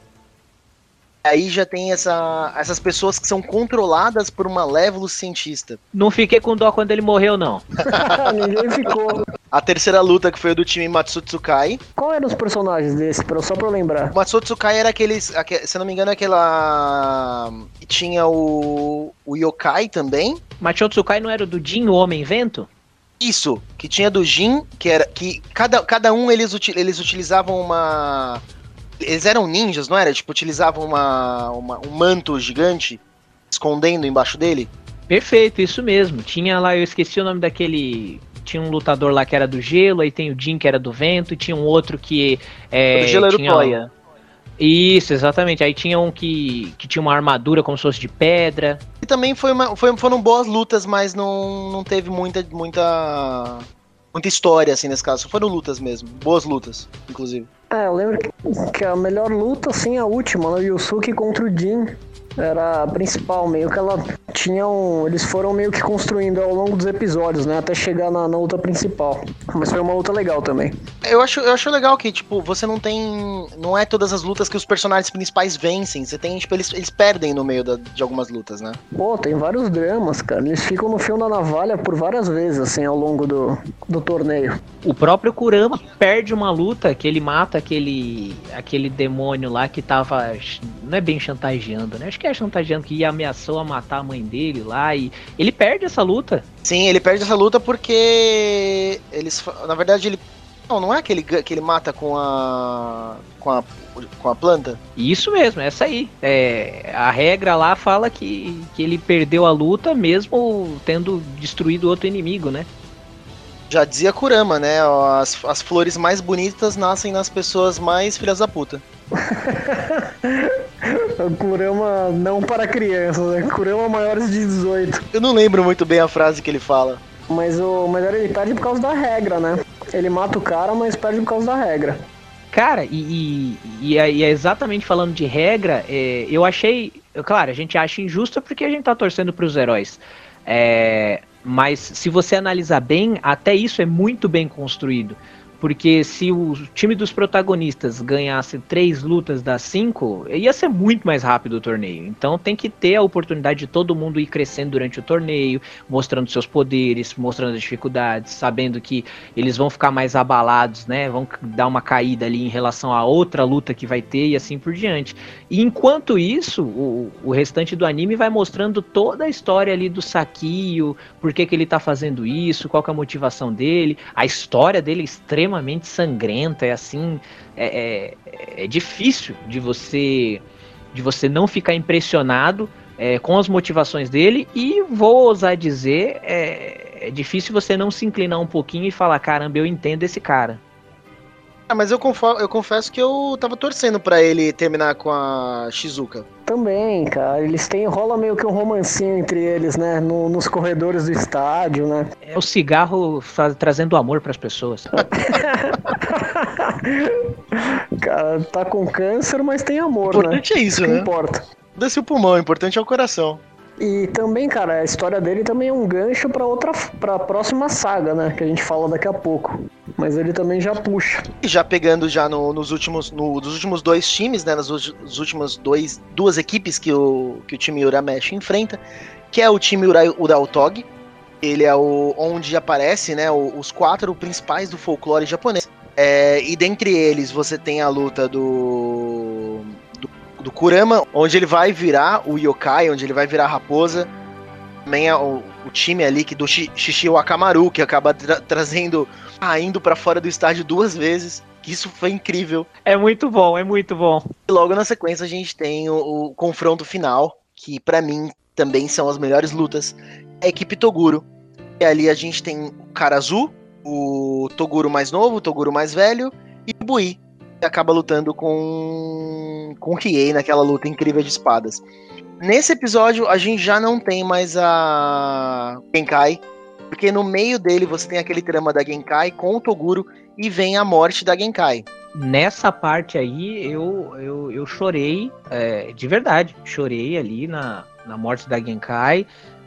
Aí já tem essa, essas pessoas que são controladas por uma Levelus cientista. Não fiquei com dó quando ele morreu, não. Ninguém ficou. A terceira luta, que foi a do time Matsutsukai. Qual eram os personagens desse, só pra eu lembrar? O Matsutsukai era aqueles, se eu não me engano, aquela... que tinha o, o Yokai também. Matsutsukai não era o do Jin, o Homem-Vento? Isso, que tinha do Jin, que era... que cada, cada um eles, eles utilizavam uma... Eles eram ninjas, não era? Tipo, utilizavam uma, uma, um manto gigante escondendo embaixo dele? Perfeito, isso mesmo. Tinha lá, eu esqueci o nome daquele... Tinha um lutador lá que era do gelo, aí tem o Jin que era do vento, e tinha um outro que... É, o gelo tinha... era o Toya. Isso, exatamente. Aí tinha um que, que tinha uma armadura como se fosse de pedra. E também foi uma, foi, foram boas lutas, mas não, não teve muita, muita, muita história, assim, nesse caso. Foram lutas mesmo. Boas lutas, inclusive. É, eu lembro que, que a melhor luta, assim, a última, né, o Yusuke contra o Jin, era a principal, meio que ela tinha um... Eles foram meio que construindo ao longo dos episódios, né, até chegar na, na luta principal. Mas foi uma luta legal também. Eu acho, eu acho legal que, tipo, você não tem... Não é todas as lutas que os personagens principais vencem. Você tem, tipo, eles, eles perdem no meio da, de algumas lutas, né? Pô, tem vários dramas, cara. Eles ficam no fio da navalha por várias vezes, assim, ao longo do, do torneio. O próprio Kurama perde uma luta que ele mata aquele, aquele demônio lá que tava... Não é bem chantageando, né? Acho que é chantageando, que ameaçou a matar a mãe dele lá, e ele perde essa luta. Sim, ele perde essa luta porque eles, na verdade, ele não, não é aquele que ele mata com a com a com a planta? Isso mesmo, essa aí. É, a regra lá fala que, que ele perdeu a luta mesmo tendo destruído outro inimigo, né? Já dizia Kurama, né? As, as flores mais bonitas nascem nas pessoas mais filhas da puta. O Kurama não para crianças, né? Kurama maiores de dezoito. Eu não lembro muito bem a frase que ele fala. Mas o melhor ele perde por causa da regra, né? Ele mata o cara, mas perde por causa da regra. Cara, e, e, e, é, e é exatamente falando de regra, é, eu achei... Claro, a gente acha injusto porque a gente tá torcendo pros heróis. É, mas se você analisar bem, até isso é muito bem construído. Porque se o time dos protagonistas ganhasse três lutas das cinco, ia ser muito mais rápido o torneio. Então tem que ter a oportunidade de todo mundo ir crescendo durante o torneio, mostrando seus poderes, mostrando as dificuldades, sabendo que eles vão ficar mais abalados, né? Vão dar uma caída ali em relação a outra luta que vai ter e assim por diante. E enquanto isso, o, o restante do anime vai mostrando toda a história ali do Sakio, por que que ele tá fazendo isso, qual que é a motivação dele, a história dele é extremamente extremamente sangrenta, é assim, é, é, é difícil de você, de você não ficar impressionado é, com as motivações dele, e vou ousar dizer, é, é difícil você não se inclinar um pouquinho e falar, caramba, eu entendo esse cara. Ah, mas eu, confo- eu confesso que eu tava torcendo pra ele terminar com a Shizuka. Também, cara, eles têm, rola meio que um romancinho entre eles, né, no, nos corredores do estádio, né. É o cigarro faz, trazendo amor pras pessoas. Cara, tá com câncer, mas tem amor, O importante né? é isso, que né? importa. Desce o pulmão, o importante é o coração. E também, cara, a história dele também é um gancho pra outra, pra próxima saga, né, que a gente fala daqui a pouco. Mas ele também já puxa. E já pegando já no, nos últimos, no, dos últimos dois times, né, nas últimas últimas dois, duas equipes que o, que o time Urameshi enfrenta, que é o time Ura, Uraotog. Ele é o onde aparece, né, os quatro principais do folclore japonês. É, e dentre eles você tem a luta do, do, do Kurama, onde ele vai virar o yokai, onde ele vai virar a raposa. Também é o, o time ali que do Shishio Akamaru, que acaba tra- trazendo, indo pra fora do estádio duas vezes. Que isso foi incrível. É muito bom, é muito bom. E logo na sequência a gente tem o, o confronto final, que pra mim também são as melhores lutas. A equipe Toguro. E ali a gente tem o Karazu, o Toguro mais novo, o Toguro mais velho, e o Bui, que acaba lutando com, com o Riei naquela luta incrível de espadas. Nesse episódio a gente já não tem mais a Genkai, porque no meio dele você tem aquele trama da Genkai com o Toguro e vem a morte da Genkai. Nessa parte aí eu, eu, eu chorei, é, de verdade, chorei ali na, na morte da Genkai,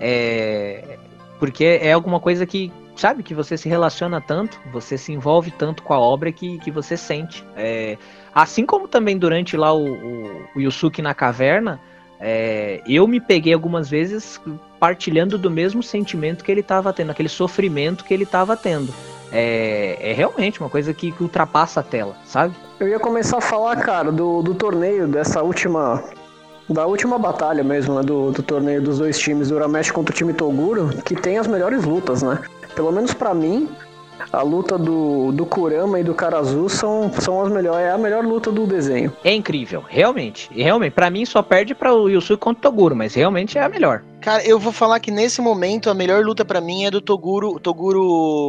é, porque é alguma coisa que, sabe, que você se relaciona tanto, você se envolve tanto com a obra que, que você sente. É, assim como também durante lá o, o, o Yusuke na caverna, é, eu me peguei algumas vezes partilhando do mesmo sentimento que ele estava tendo, aquele sofrimento que ele estava tendo. É, é realmente uma coisa que, que ultrapassa a tela, sabe? Eu ia começar a falar, cara, do, do torneio, dessa última... Da última batalha mesmo, né, do, do torneio dos dois times, do Urameshi contra o time Toguro, que tem as melhores lutas, né? Pelo menos pra mim, a luta do, do Kurama e do Karazu são, são as melhores, é a melhor luta do desenho. É incrível, realmente. E realmente, pra mim só perde pra o Yusuke contra o Toguro, mas realmente é a melhor. Cara, eu vou falar que nesse momento a melhor luta pra mim é do Toguro, Toguro,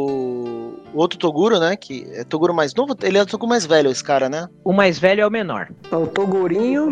o outro Toguro, né, que é Toguro mais novo, ele é o Toguro mais velho, esse cara, né? O mais velho é o menor. O Togurinho...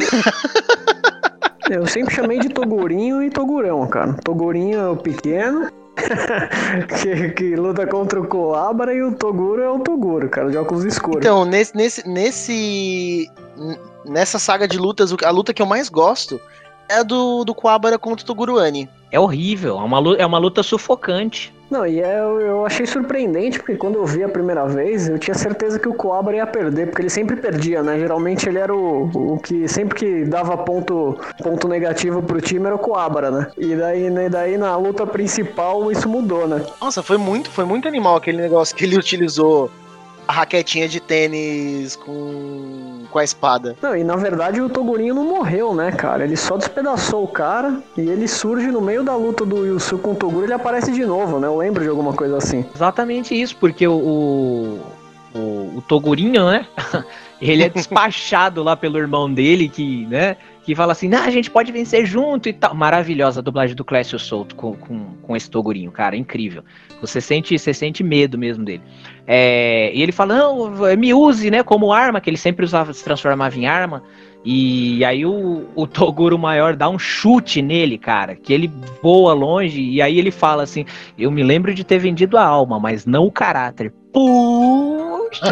Eu sempre chamei de Togurinho e Togurão, cara. Togurinho é o pequeno, que, que luta contra o Coabra, e o Toguro é o Toguro, cara, de óculos escuros. Então, nesse, nesse, nesse, nessa saga de lutas, a luta que eu mais gosto é a do, do Coabra contra o Toguruani. É horrível, é uma luta, é uma luta sufocante. Não, e é, eu achei surpreendente, porque quando eu vi a primeira vez, eu tinha certeza que o Coabra ia perder, porque ele sempre perdia, né? Geralmente ele era o, o que sempre que dava ponto, ponto negativo pro time era o Coabra, né? E daí, né, daí na luta principal isso mudou, né? Nossa, foi muito, foi muito animal aquele negócio que ele utilizou a raquetinha de tênis com, com a espada. Não, e na verdade o Togurinho não morreu, né, cara? Ele só despedaçou o cara e ele surge no meio da luta do Yusuke com o Toguro, ele aparece de novo, né? Eu lembro de alguma coisa assim. Exatamente isso, porque o, o, o Togurinho, né? Ele é despachado lá pelo irmão dele, que, né? Que fala assim, ah, a gente pode vencer junto e tal. Maravilhosa a dublagem do Clécio Souto com, com, com esse Togurinho, cara, incrível. Você sente, você sente medo mesmo dele. É, e ele fala, não, me use, né, como arma, que ele sempre usava, se transformava em arma. E aí o, o Toguro maior dá um chute nele, cara, que ele voa longe, e aí ele fala assim, eu me lembro de ter vendido a alma, mas não o caráter. Puxa!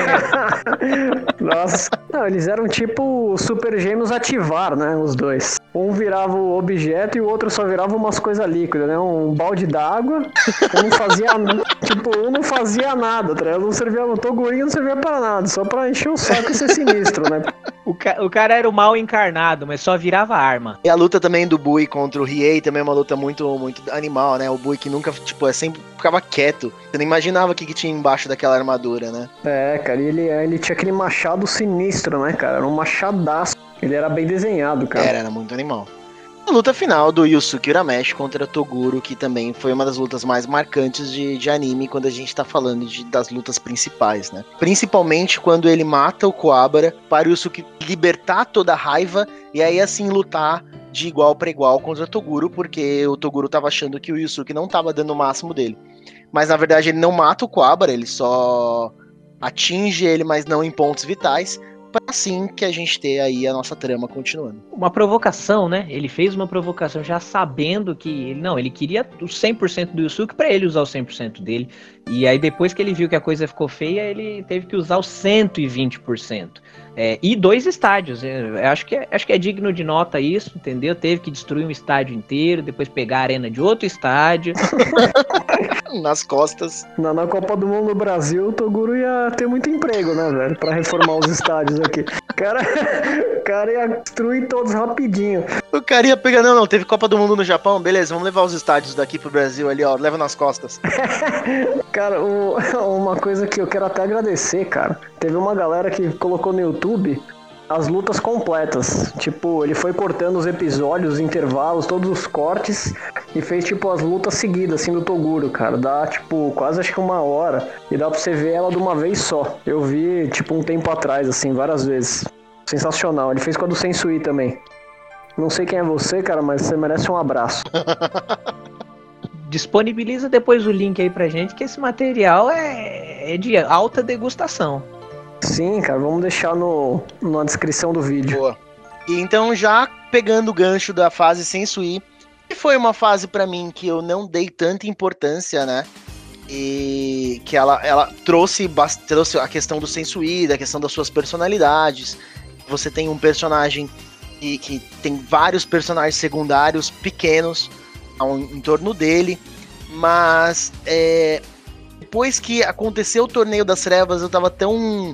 Nossa, não, eles eram tipo super gêmeos ativar, né, os dois. Um virava o objeto e o outro só virava umas coisas líquidas, né, um balde d'água, um não fazia, tipo, um não fazia nada, tá ligado? Não servia, o Togurinho não servia pra nada, só pra encher o saco e ser sinistro, né. O, ca- o cara era o mal encarnado, mas só virava arma. E a luta também do Bui contra o Riei também é uma luta muito, muito animal, né? O Bui que nunca, tipo, é sempre ficava quieto. Você não imaginava o que, que tinha embaixo daquela armadura, né? É, cara, e ele, ele tinha aquele machado sinistro, né, cara, era um machadaço. Ele era bem desenhado, cara. Era, era muito animal. A luta final do Yusuke Urameshi contra Toguro, que também foi uma das lutas mais marcantes de, de anime quando a gente tá falando de, das lutas principais, né? Principalmente quando ele mata o Kuwabara para o Yusuke libertar toda a raiva e aí assim lutar de igual para igual contra o Toguro, porque o Toguro tava achando que o Yusuke não tava dando o máximo dele. Mas na verdade ele não mata o Kuwabara, ele só atinge ele, mas não em pontos vitais, para assim que a gente ter aí a nossa trama continuando. Uma provocação, né? Ele fez uma provocação já sabendo que ele não, ele queria o cem por cento do Yusuke para ele usar o cem por cento dele. E aí depois que ele viu que a coisa ficou feia, ele teve que usar o cento e vinte por cento. É, e dois estádios, eu acho que, é, acho que é digno de nota isso, entendeu? Teve que destruir um estádio inteiro, depois pegar a arena de outro estádio. Nas costas. Na, na Copa do Mundo no Brasil, o Toguro ia ter muito emprego, né, velho? Pra reformar os estádios aqui. O cara, o cara ia destruir todos rapidinho. O cara ia pegar, não, não, teve Copa do Mundo no Japão, beleza, vamos levar os estádios daqui pro Brasil ali, ó, leva nas costas. Cara, o, uma coisa que eu quero até agradecer, cara, teve uma galera que colocou no YouTube as lutas completas, tipo, ele foi cortando os episódios, os intervalos, todos os cortes e fez, tipo, as lutas seguidas, assim, do Toguro, cara, dá, tipo, quase acho que uma hora e dá pra você ver ela de uma vez só. Eu vi, tipo, um tempo atrás, assim, várias vezes. Sensacional, ele fez com a do Sensui também. Não sei quem é você, cara, mas você merece um abraço. Disponibiliza depois o link aí pra gente, que esse material é, é de alta degustação. Sim, cara, vamos deixar no, na descrição do vídeo. Boa. E então, já pegando o gancho da fase Sensui, que foi uma fase pra mim que eu não dei tanta importância, né? E que ela, ela trouxe, trouxe a questão do Sensui, da questão das suas personalidades. Você tem um personagem que, que tem vários personagens secundários pequenos ao, em torno dele, mas é, depois que aconteceu o Torneio das Trevas, eu tava tão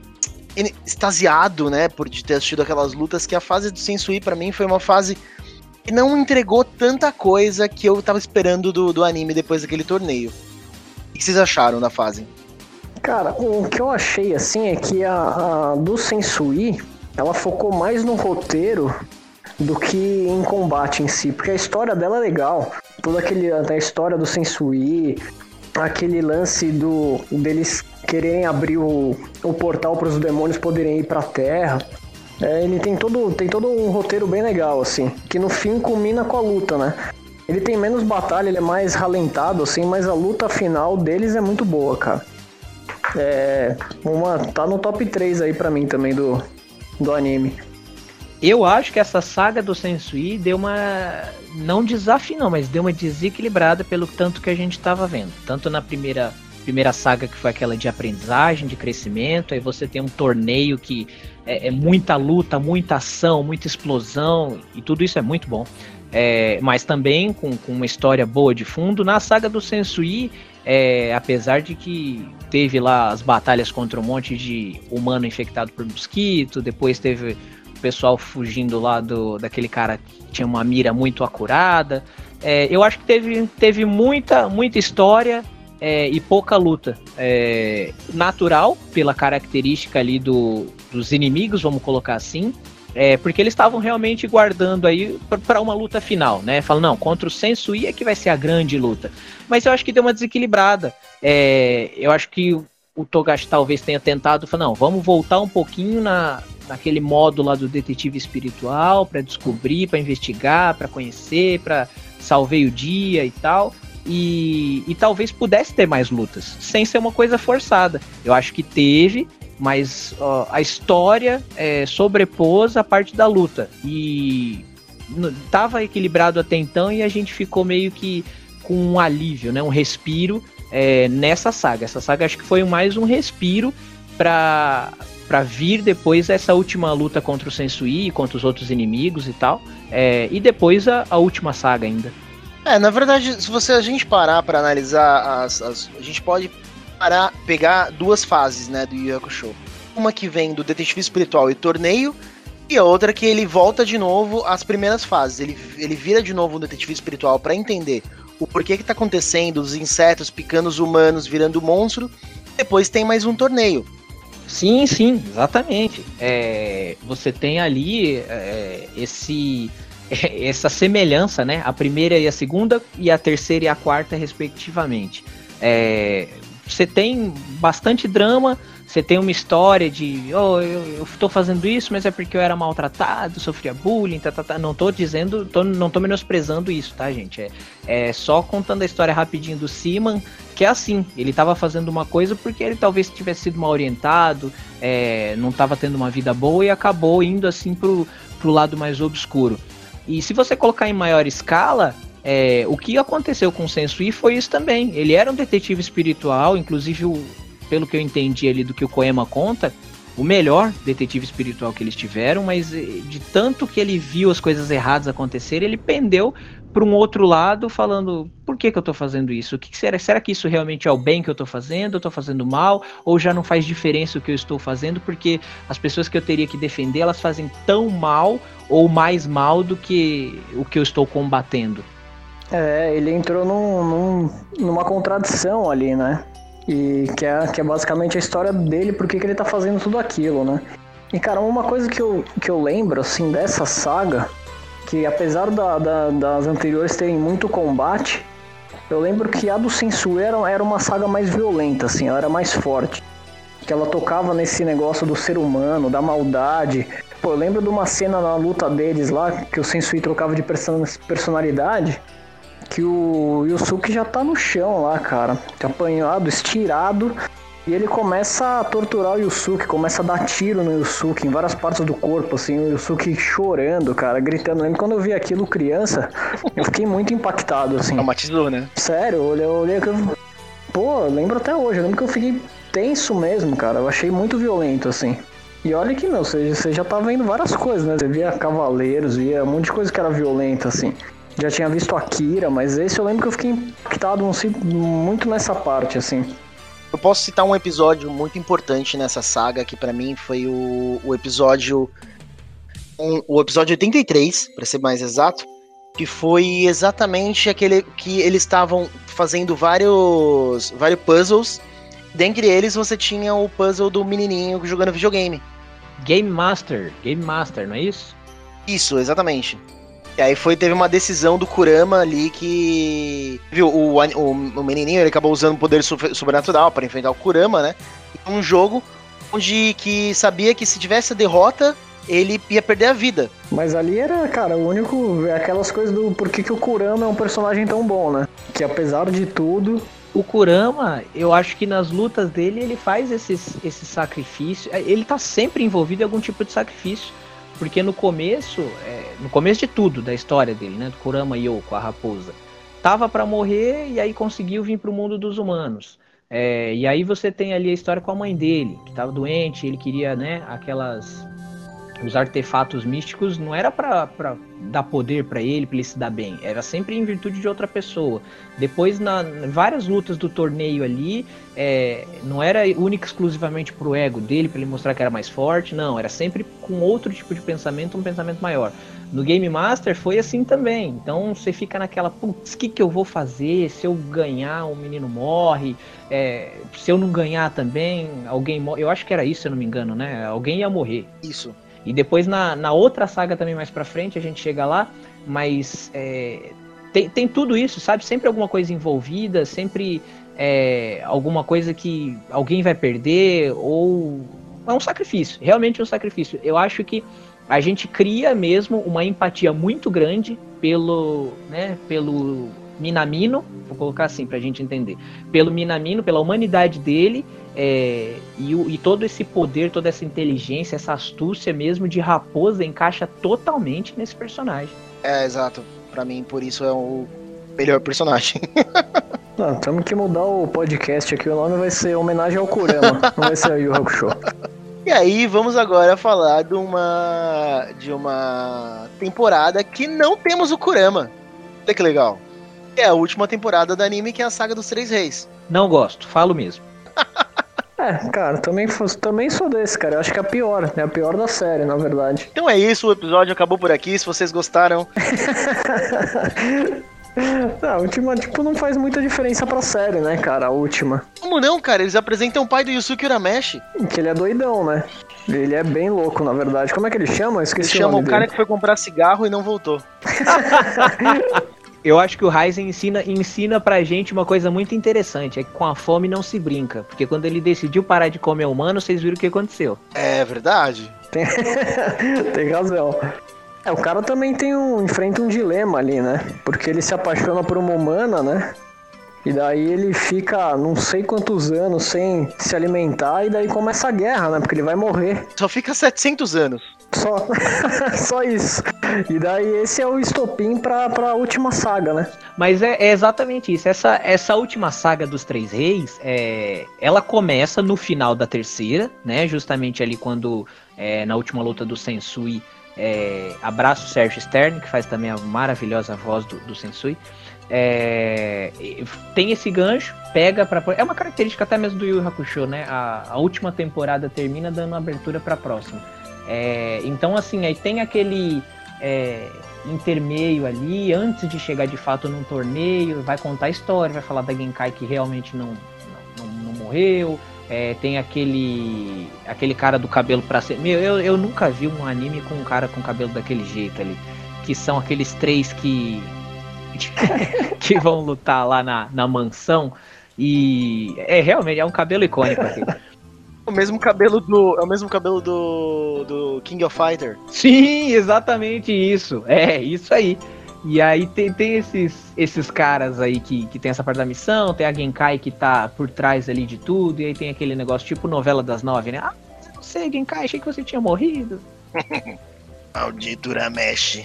extasiado, né, por de ter assistido aquelas lutas, que a fase do Sensui pra mim foi uma fase que não entregou tanta coisa que eu tava esperando do, do anime depois daquele torneio. O que vocês acharam da fase? Cara, o que eu achei, assim, é que a, a do Sensui, ela focou mais no roteiro do que em combate em si, porque a história dela é legal, toda aquele, a história do Sensui, aquele lance do deles quererem abrir o, o portal para os demônios poderem ir para a Terra, é, ele tem todo, tem todo um roteiro bem legal, assim, que no fim culmina com a luta, né? Ele tem menos batalha, ele é mais ralentado, assim, mas a luta final deles é muito boa, cara. É, uma, tá no top três aí pra mim também do, do anime. Eu acho que essa saga do Sensui deu uma... não desafio não, mas deu uma desequilibrada pelo tanto que a gente tava vendo. Tanto na primeira, primeira saga, que foi aquela de aprendizagem, de crescimento, aí você tem um torneio que é, é muita luta, muita ação, muita explosão, e tudo isso é muito bom. É, mas também com, com uma história boa de fundo. Na saga do Sensui, é, apesar de que teve lá as batalhas contra um monte de humano infectado por mosquito, depois teve o pessoal fugindo lá do, daquele cara que tinha uma mira muito acurada, é, eu acho que teve, teve muita, muita história é, e pouca luta. É, natural, pela característica ali do, dos inimigos, vamos colocar assim. É, porque eles estavam realmente guardando aí para uma luta final, né? Falam, não, contra o Sensui é que vai ser a grande luta. Mas eu acho que deu uma desequilibrada. É, eu acho que o Togashi talvez tenha tentado, falar, não, vamos voltar um pouquinho na, naquele modo lá do detetive espiritual, para descobrir, para investigar, para conhecer, para salvar o dia e tal. E, e talvez pudesse ter mais lutas, sem ser uma coisa forçada. Eu acho que teve, mas ó, a história é, sobrepôs a parte da luta. E n- tava equilibrado até então e a gente ficou meio que com um alívio, né? Um respiro é, nessa saga. Essa saga acho que foi mais um respiro para para vir depois essa última luta contra o Sensui e contra os outros inimigos e tal. É, e depois a, a última saga ainda. É, na verdade, se você a gente parar pra analisar as, as a gente pode parar, pegar duas fases, né, do Yu Yu Hakusho. Uma que vem do Detetive Espiritual e Torneio, e a outra que ele volta de novo às primeiras fases. Ele, ele vira de novo um Detetive Espiritual pra entender o porquê que tá acontecendo, os insetos picando os humanos, virando monstro. Depois tem mais um torneio. Sim, sim, exatamente. É, você tem ali é, esse, essa semelhança, né? A primeira e a segunda, e a terceira e a quarta, respectivamente. É, você tem bastante drama, você tem uma história de oh, eu, eu tô fazendo isso, mas é porque eu era maltratado, sofria bullying, tá, tá, tá. Não tô dizendo, tô, não tô menosprezando isso, tá, gente? É, é só contando a história rapidinho do Seaman, que é assim, ele tava fazendo uma coisa porque ele talvez tivesse sido mal orientado, é, não tava tendo uma vida boa e acabou indo assim pro, pro lado mais obscuro. E se você colocar em maior escala, é, o que aconteceu com o Sensui foi isso também. Ele era um detetive espiritual, inclusive, o, pelo que eu entendi ali do que o Koema conta, o melhor detetive espiritual que eles tiveram, mas de tanto que ele viu as coisas erradas acontecerem, ele pendeu para um outro lado, falando, por que que eu tô fazendo isso? O que que será? Será que isso realmente é o bem que eu tô fazendo? Eu tô fazendo mal? Ou já não faz diferença o que eu estou fazendo? Porque as pessoas que eu teria que defender, elas fazem tão mal ou mais mal do que o que eu estou combatendo. É, ele entrou num, num, numa contradição ali, né? E que é, que é basicamente a história dele, por que que ele tá fazendo tudo aquilo, né? E, cara, uma coisa que eu, que eu lembro, assim, dessa saga, que apesar da, da, das anteriores terem muito combate, eu lembro que a do Sensui era, era uma saga mais violenta, assim, ela era mais forte. Que ela tocava nesse negócio do ser humano, da maldade. Pô, eu lembro de uma cena na luta deles lá, que o Sensui trocava de person- personalidade, que o Yusuke já tá no chão lá, cara, apanhado, estirado, e ele começa a torturar o Yusuke, começa a dar tiro no Yusuke, em várias partes do corpo, assim, o Yusuke chorando, cara, gritando. Lembro quando eu vi aquilo criança, eu fiquei muito impactado, assim. Traumatizou, né? Sério, eu olhei, eu olhei aquilo... Pô, eu lembro até hoje, eu lembro que eu fiquei tenso mesmo, cara, eu achei muito violento, assim. E olha que, meu, você, você já tá vendo várias coisas, né, você via Cavaleiros, via um monte de coisa que era violenta, assim. Já tinha visto Akira, mas esse eu lembro que eu fiquei impactado muito nessa parte, assim. Eu posso citar um episódio muito importante nessa saga, que pra mim foi o, o episódio... Um, o episódio oitenta e três, pra ser mais exato, que foi exatamente aquele que eles estavam fazendo vários, vários puzzles. Dentre eles você tinha o puzzle do menininho jogando videogame. Game Master, Game Master, não é isso? Isso, exatamente. E aí foi, teve uma decisão do Kurama ali que... Viu, o, o, o menininho ele acabou usando o poder sobrenatural para enfrentar o Kurama, né? Um jogo onde que sabia que se tivesse a derrota, ele ia perder a vida. Mas ali era, cara, o único... Aquelas coisas do por que que o Kurama é um personagem tão bom, né? Que apesar de tudo... O Kurama, eu acho que nas lutas dele, ele faz esses, esse sacrifício. Ele tá sempre envolvido em algum tipo de sacrifício. Porque no começo, é, no começo de tudo, da história dele, né, do Kurama Yoko, a raposa, tava para morrer e aí conseguiu vir pro mundo dos humanos. É, e aí você tem ali a história com a mãe dele, que tava doente, ele queria, né, aquelas... Os artefatos místicos não era pra, pra dar poder pra ele, pra ele se dar bem. Era sempre em virtude de outra pessoa. Depois, na várias lutas do torneio ali, é, não era única exclusivamente pro ego dele, pra ele mostrar que era mais forte. Não, era sempre com outro tipo de pensamento, um pensamento maior. No Game Master foi assim também. Então você fica naquela, putz, o que, que eu vou fazer? Se eu ganhar, o menino morre. É, se eu não ganhar também, alguém morre. Eu acho que era isso, se eu não me engano, né? Alguém ia morrer. Isso. E depois na, na outra saga também mais pra frente a gente chega lá, mas é, tem, tem tudo isso, sabe? Sempre alguma coisa envolvida, sempre é, alguma coisa que alguém vai perder, ou é um sacrifício, realmente um sacrifício. Eu acho que a gente cria mesmo uma empatia muito grande pelo, né, pelo Minamino, vou colocar assim pra gente entender, pelo Minamino, pela humanidade dele, é, e, o, e todo esse poder, toda essa inteligência, essa astúcia mesmo de raposa encaixa totalmente nesse personagem. É, exato. Pra mim, por isso é o melhor personagem. Não, temos que mudar o podcast aqui, o nome vai ser homenagem ao Kurama, não vai ser a Yu Hakusho. E aí, vamos agora falar de uma, de uma temporada que não temos o Kurama. Olha que legal. É a última temporada do anime, que é a Saga dos Três Reis. Não gosto, falo mesmo. É, cara, também, também sou desse, cara. Eu acho que é a pior, é a pior da série, na verdade. Então é isso, o episódio acabou por aqui. Se vocês gostaram... Não, a última, tipo, não faz muita diferença pra série, né, cara, a última. Como não, cara? Eles apresentam o pai do Yusuke Urameshi. Que ele é doidão, né? Ele é bem louco, na verdade. Como é que ele chama? Eu esqueci Eles o nome chamam o cara dele. que foi comprar cigarro e não voltou. Eu acho que o Raizen ensina, ensina pra gente uma coisa muito interessante, é que com a fome não se brinca, porque quando ele decidiu parar de comer humano, vocês viram o que aconteceu. É verdade. Tem, tem razão. É, o cara também tem um, enfrenta um dilema ali, né? Porque ele se apaixona por uma humana, né? E daí ele fica não sei quantos anos sem se alimentar e daí começa a guerra, né? Porque ele vai morrer. Só fica setecentos anos. Só, só isso. E daí esse é o estopim pra, pra última saga, né? Mas é, é exatamente isso. Essa, essa última saga dos Três Reis, é, ela começa no final da terceira, né? Justamente ali quando, é, na última luta do Sensui, é, abraça o Sérgio Stern, que faz também a maravilhosa voz do, do Sensui. É, tem esse gancho, pega pra... É uma característica até mesmo do Yu Hakusho, né? A, a última temporada termina dando abertura pra próxima. É, então, assim, aí tem aquele é, intermeio ali, antes de chegar de fato num torneio, vai contar a história, vai falar da Genkai que realmente não, não, não, não morreu, é, tem aquele aquele cara do cabelo pra ser... Meu, eu, eu nunca vi um anime com um cara com cabelo daquele jeito ali, que são aqueles três que, que vão lutar lá na, na mansão, e é realmente é um cabelo icônico aqui. O mesmo cabelo do. É o mesmo cabelo do. do King of Fighter. Sim, exatamente isso. É, isso aí. E aí tem, tem esses, esses caras aí que, que tem essa parte da missão, tem a Genkai que tá por trás ali de tudo, e aí tem aquele negócio tipo novela das nove, né? Ah, eu não sei, Genkai, achei que você tinha morrido. Maldito Urameshi.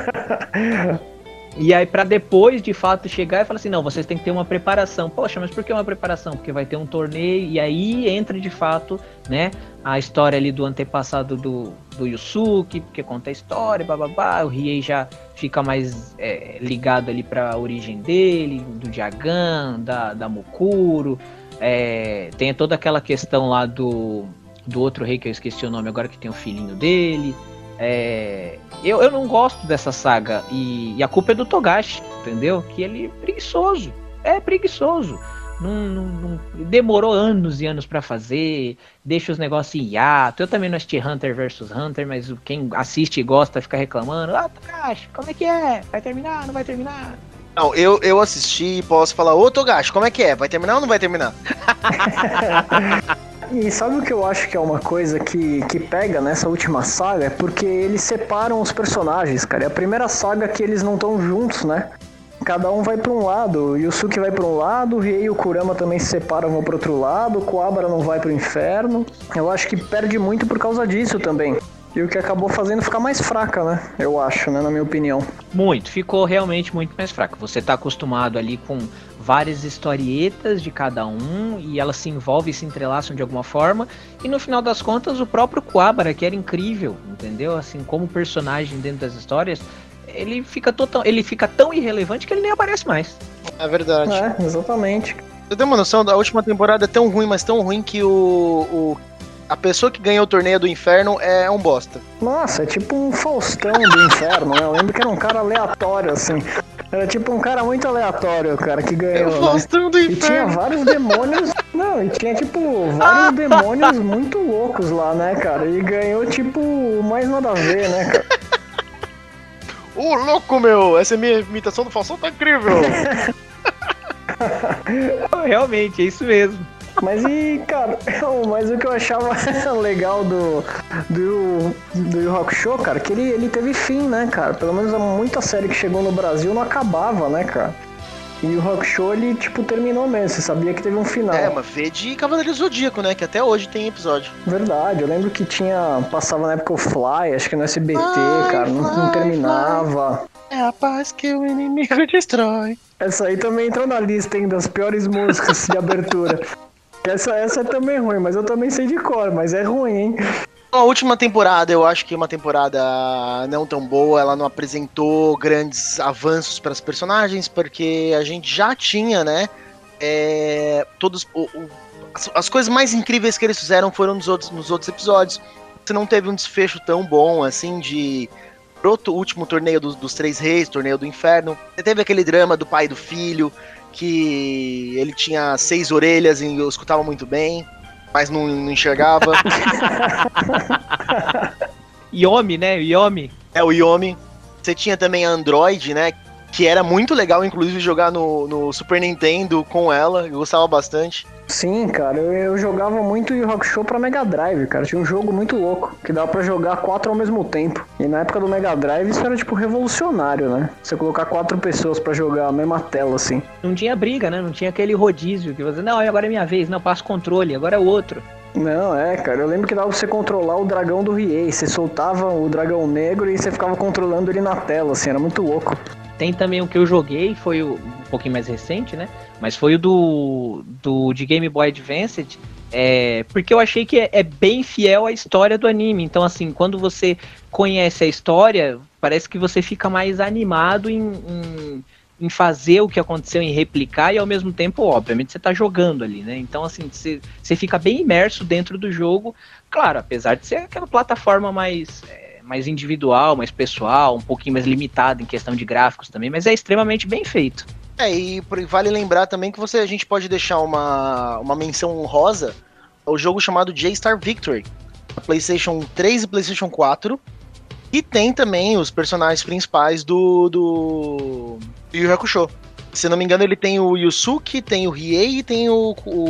E aí pra depois de fato chegar e falar assim, não, vocês têm que ter uma preparação. Poxa, mas por que uma preparação? Porque vai ter um torneio e aí entra de fato, né, a história ali do antepassado do, do Yusuke, porque conta a história, bababá, o Riei já fica mais é, ligado ali pra origem dele, do Jagan, da, da Mukuro, é, tem toda aquela questão lá do, do outro rei que eu esqueci o nome agora, que tem o filhinho dele. É, eu, eu não gosto dessa saga e, e a culpa é do Togashi, entendeu? Que ele é preguiçoso, é preguiçoso, não, não, não, demorou anos e anos pra fazer, deixa os negócios em hiato. Eu também não assisti Hunter versus Hunter, mas quem assiste e gosta fica reclamando, ah, Togashi, como é que é? Vai terminar, não vai terminar? Não, eu, eu assisti e posso falar, ô Togashi, como é que é? Vai terminar ou não vai terminar? E sabe o que eu acho que é uma coisa que, que pega nessa última saga? É porque eles separam os personagens, cara. É a primeira saga que eles não estão juntos, né? Cada um vai pra um lado. O Yusuke vai pra um lado, o Riei e o Kurama também se separam, vão pro outro lado, o Kuwabara não vai pro inferno. Eu acho que perde muito por causa disso também. E o que acabou fazendo ficar mais fraca, né? Eu acho, né? Na minha opinião. Muito, ficou realmente muito mais fraca. Você tá acostumado ali com várias historietas de cada um e elas se envolvem e se entrelaçam de alguma forma. E no final das contas, o próprio Kuwabara, que era incrível, entendeu? Assim, como personagem dentro das histórias, ele fica, total, ele fica tão irrelevante que ele nem aparece mais. É verdade. É, exatamente. Você tem uma noção da última temporada é tão ruim, mas tão ruim que o... o... a pessoa que ganhou o torneio do inferno é um bosta. Nossa, é tipo um Faustão do inferno, né? Eu lembro que era um cara aleatório, assim. Era tipo um cara muito aleatório, cara, que ganhou, É o Faustão né? do E tinha inferno. vários demônios... Não, e tinha, tipo, vários demônios muito loucos lá, né, cara? E ganhou, tipo, mais nada a ver, né, cara? Ô, louco, meu! Essa minha imitação do Faustão tá incrível! Realmente, é isso mesmo. Mas e, cara, mas o que eu achava legal do, do, do Yu Hakusho, cara, que ele, ele teve fim, né, cara? Pelo menos muita série que chegou no Brasil não acabava, né, cara? E o Hakusho, ele, tipo, terminou mesmo, você sabia que teve um final. É, mas vê de Cavaleiro do Zodíaco, né? Que até hoje tem episódio. Verdade, eu lembro que tinha, passava na época o Fly, acho que no S B T, Fly, cara, não, não fly, terminava. É a paz que o inimigo destrói. Essa aí também entrou na lista, hein, das piores músicas de abertura. Essa, essa é também ruim, mas eu também sei de cor, mas é ruim, hein? A última temporada, eu acho que é uma temporada não tão boa, ela não apresentou grandes avanços para os personagens, porque a gente já tinha, né, é, todos, o, o, as, as coisas mais incríveis que eles fizeram foram nos outros, nos outros episódios. Você não teve um desfecho tão bom, assim, de pro último torneio dos, dos Três Reis, torneio do Inferno. Você teve aquele drama do pai e do filho, que ele tinha seis orelhas e eu escutava muito bem, mas não, não enxergava. Yomi, né? Yomi. É, o Yomi. Você tinha também a Android, né? Que era muito legal, inclusive, jogar no, no Super Nintendo com ela. Eu gostava bastante. Sim, cara, eu, eu jogava muito Yu Yu Hakusho pra Mega Drive, cara. Tinha um jogo muito louco, que dava pra jogar quatro ao mesmo tempo. E na época do Mega Drive isso era, tipo, revolucionário, né? Você colocar quatro pessoas pra jogar a mesma tela, assim. Não tinha briga, né? Não tinha aquele rodízio que você, não, agora é minha vez, não, passo controle, agora é o outro. Não, é, cara, eu lembro que dava pra você controlar o dragão do Riei. Você soltava o dragão negro e você ficava controlando ele na tela, assim, era muito louco. Tem também o que eu joguei, foi o, um pouquinho mais recente, né? Mas foi o do, do de Game Boy Advance, é, porque eu achei que é, é bem fiel à história do anime. Então, assim, quando você conhece a história, parece que você fica mais animado em, em, em fazer o que aconteceu, em replicar, e ao mesmo tempo, obviamente, você tá jogando ali, né? Então, assim, você, você fica bem imerso dentro do jogo. Claro, apesar de ser aquela plataforma mais... É, mais individual, mais pessoal, um pouquinho mais limitado em questão de gráficos também, mas é extremamente bem feito. É, e vale lembrar também que você, a gente pode deixar uma, uma menção honrosa ao jogo chamado J-Star Victory, PlayStation três e PlayStation quatro, e tem também os personagens principais do, do Yu Yu Hakusho. Se não me engano, ele tem o Yusuke, tem o Riei e tem o,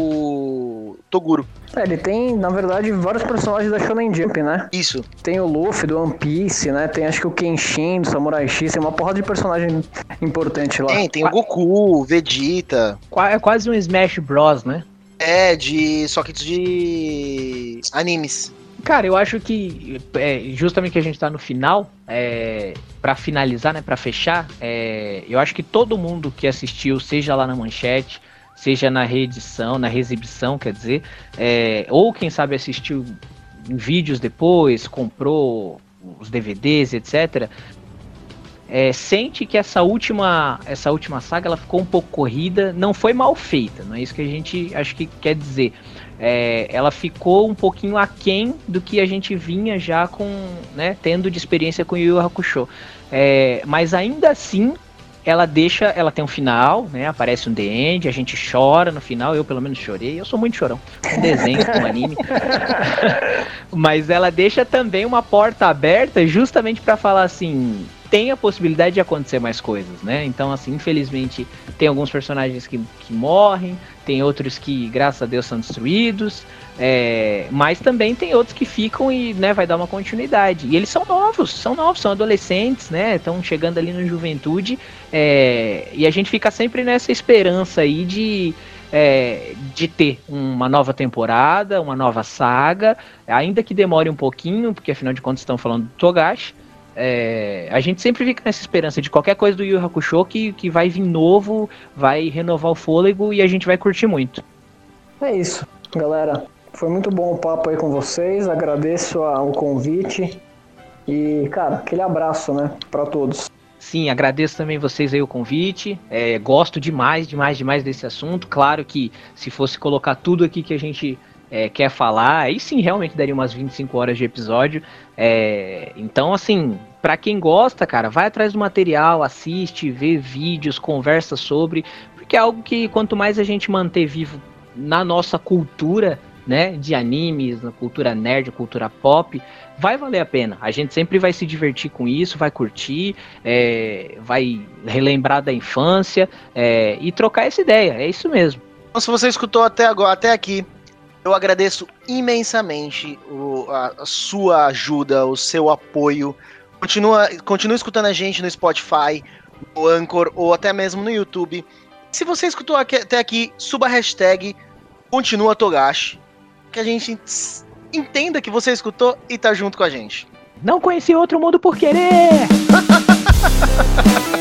o Toguro. É, ele tem, na verdade, vários personagens da Shonen Jump, né? Isso. Tem o Luffy do One Piece, né? Tem acho que o Kenshin do Samurai X, tem uma porrada de personagem importante lá. Tem, tem o Goku, o Vegeta. É quase um Smash Bros, né? É, de só que de animes. Cara, eu acho que é, justamente que a gente tá no final, é, para finalizar, né, para fechar, é, eu acho que todo mundo que assistiu, seja lá na manchete, seja na reedição, na reexibição, quer dizer, é, ou quem sabe assistiu em vídeos depois, comprou os D V Ds, etcétera, é, sente que essa última, essa última saga ela ficou um pouco corrida, não foi mal feita, não é isso que a gente acho que quer dizer. É, ela ficou um pouquinho aquém do que a gente vinha já com, né, tendo de experiência com Yu Yu Hakusho. É, mas ainda assim, ela deixa, ela tem um final, né, aparece um The End, a gente chora no final, eu pelo menos chorei, eu sou muito chorão, com desenho, com anime. Mas ela deixa também uma porta aberta justamente para falar assim, tem a possibilidade de acontecer mais coisas, né? Então, assim, infelizmente, tem alguns personagens que, que morrem, tem outros que, graças a Deus, são destruídos, é, mas também tem outros que ficam e, né, vai dar uma continuidade. E eles são novos, são novos, são adolescentes, né? Estão chegando ali na juventude, é, e a gente fica sempre nessa esperança aí de... É, de ter uma nova temporada, uma nova saga, ainda que demore um pouquinho, porque afinal de contas estão falando do Togashi. É, a gente sempre fica nessa esperança de qualquer coisa do Yu Yu Hakusho que, que vai vir novo, vai renovar o fôlego e a gente vai curtir muito. É isso, galera. Foi muito bom o papo aí com vocês, agradeço a, o convite e, cara, aquele abraço, né, pra todos. Sim, agradeço também vocês aí o convite, é, gosto demais, demais, demais desse assunto. Claro que se fosse colocar tudo aqui que a gente é, quer falar, aí sim realmente daria umas vinte e cinco horas de episódio. É, então, assim, pra quem gosta, cara, vai atrás do material, assiste, vê vídeos, conversa sobre, porque é algo que quanto mais a gente manter vivo na nossa cultura, né, de animes, na cultura nerd, cultura pop, vai valer a pena. A gente sempre vai se divertir com isso, vai curtir, é, vai relembrar da infância é, e trocar essa ideia, é isso mesmo. Então, se você escutou até agora, até aqui, eu agradeço imensamente o, a, a sua ajuda, o seu apoio. Continua, continua escutando a gente no Spotify, no Anchor ou até mesmo no YouTube. Se você escutou aqui, até aqui, suba a hashtag Continua Togashi, que a gente entenda que você escutou e tá junto com a gente. Não conheci outro mundo por querer!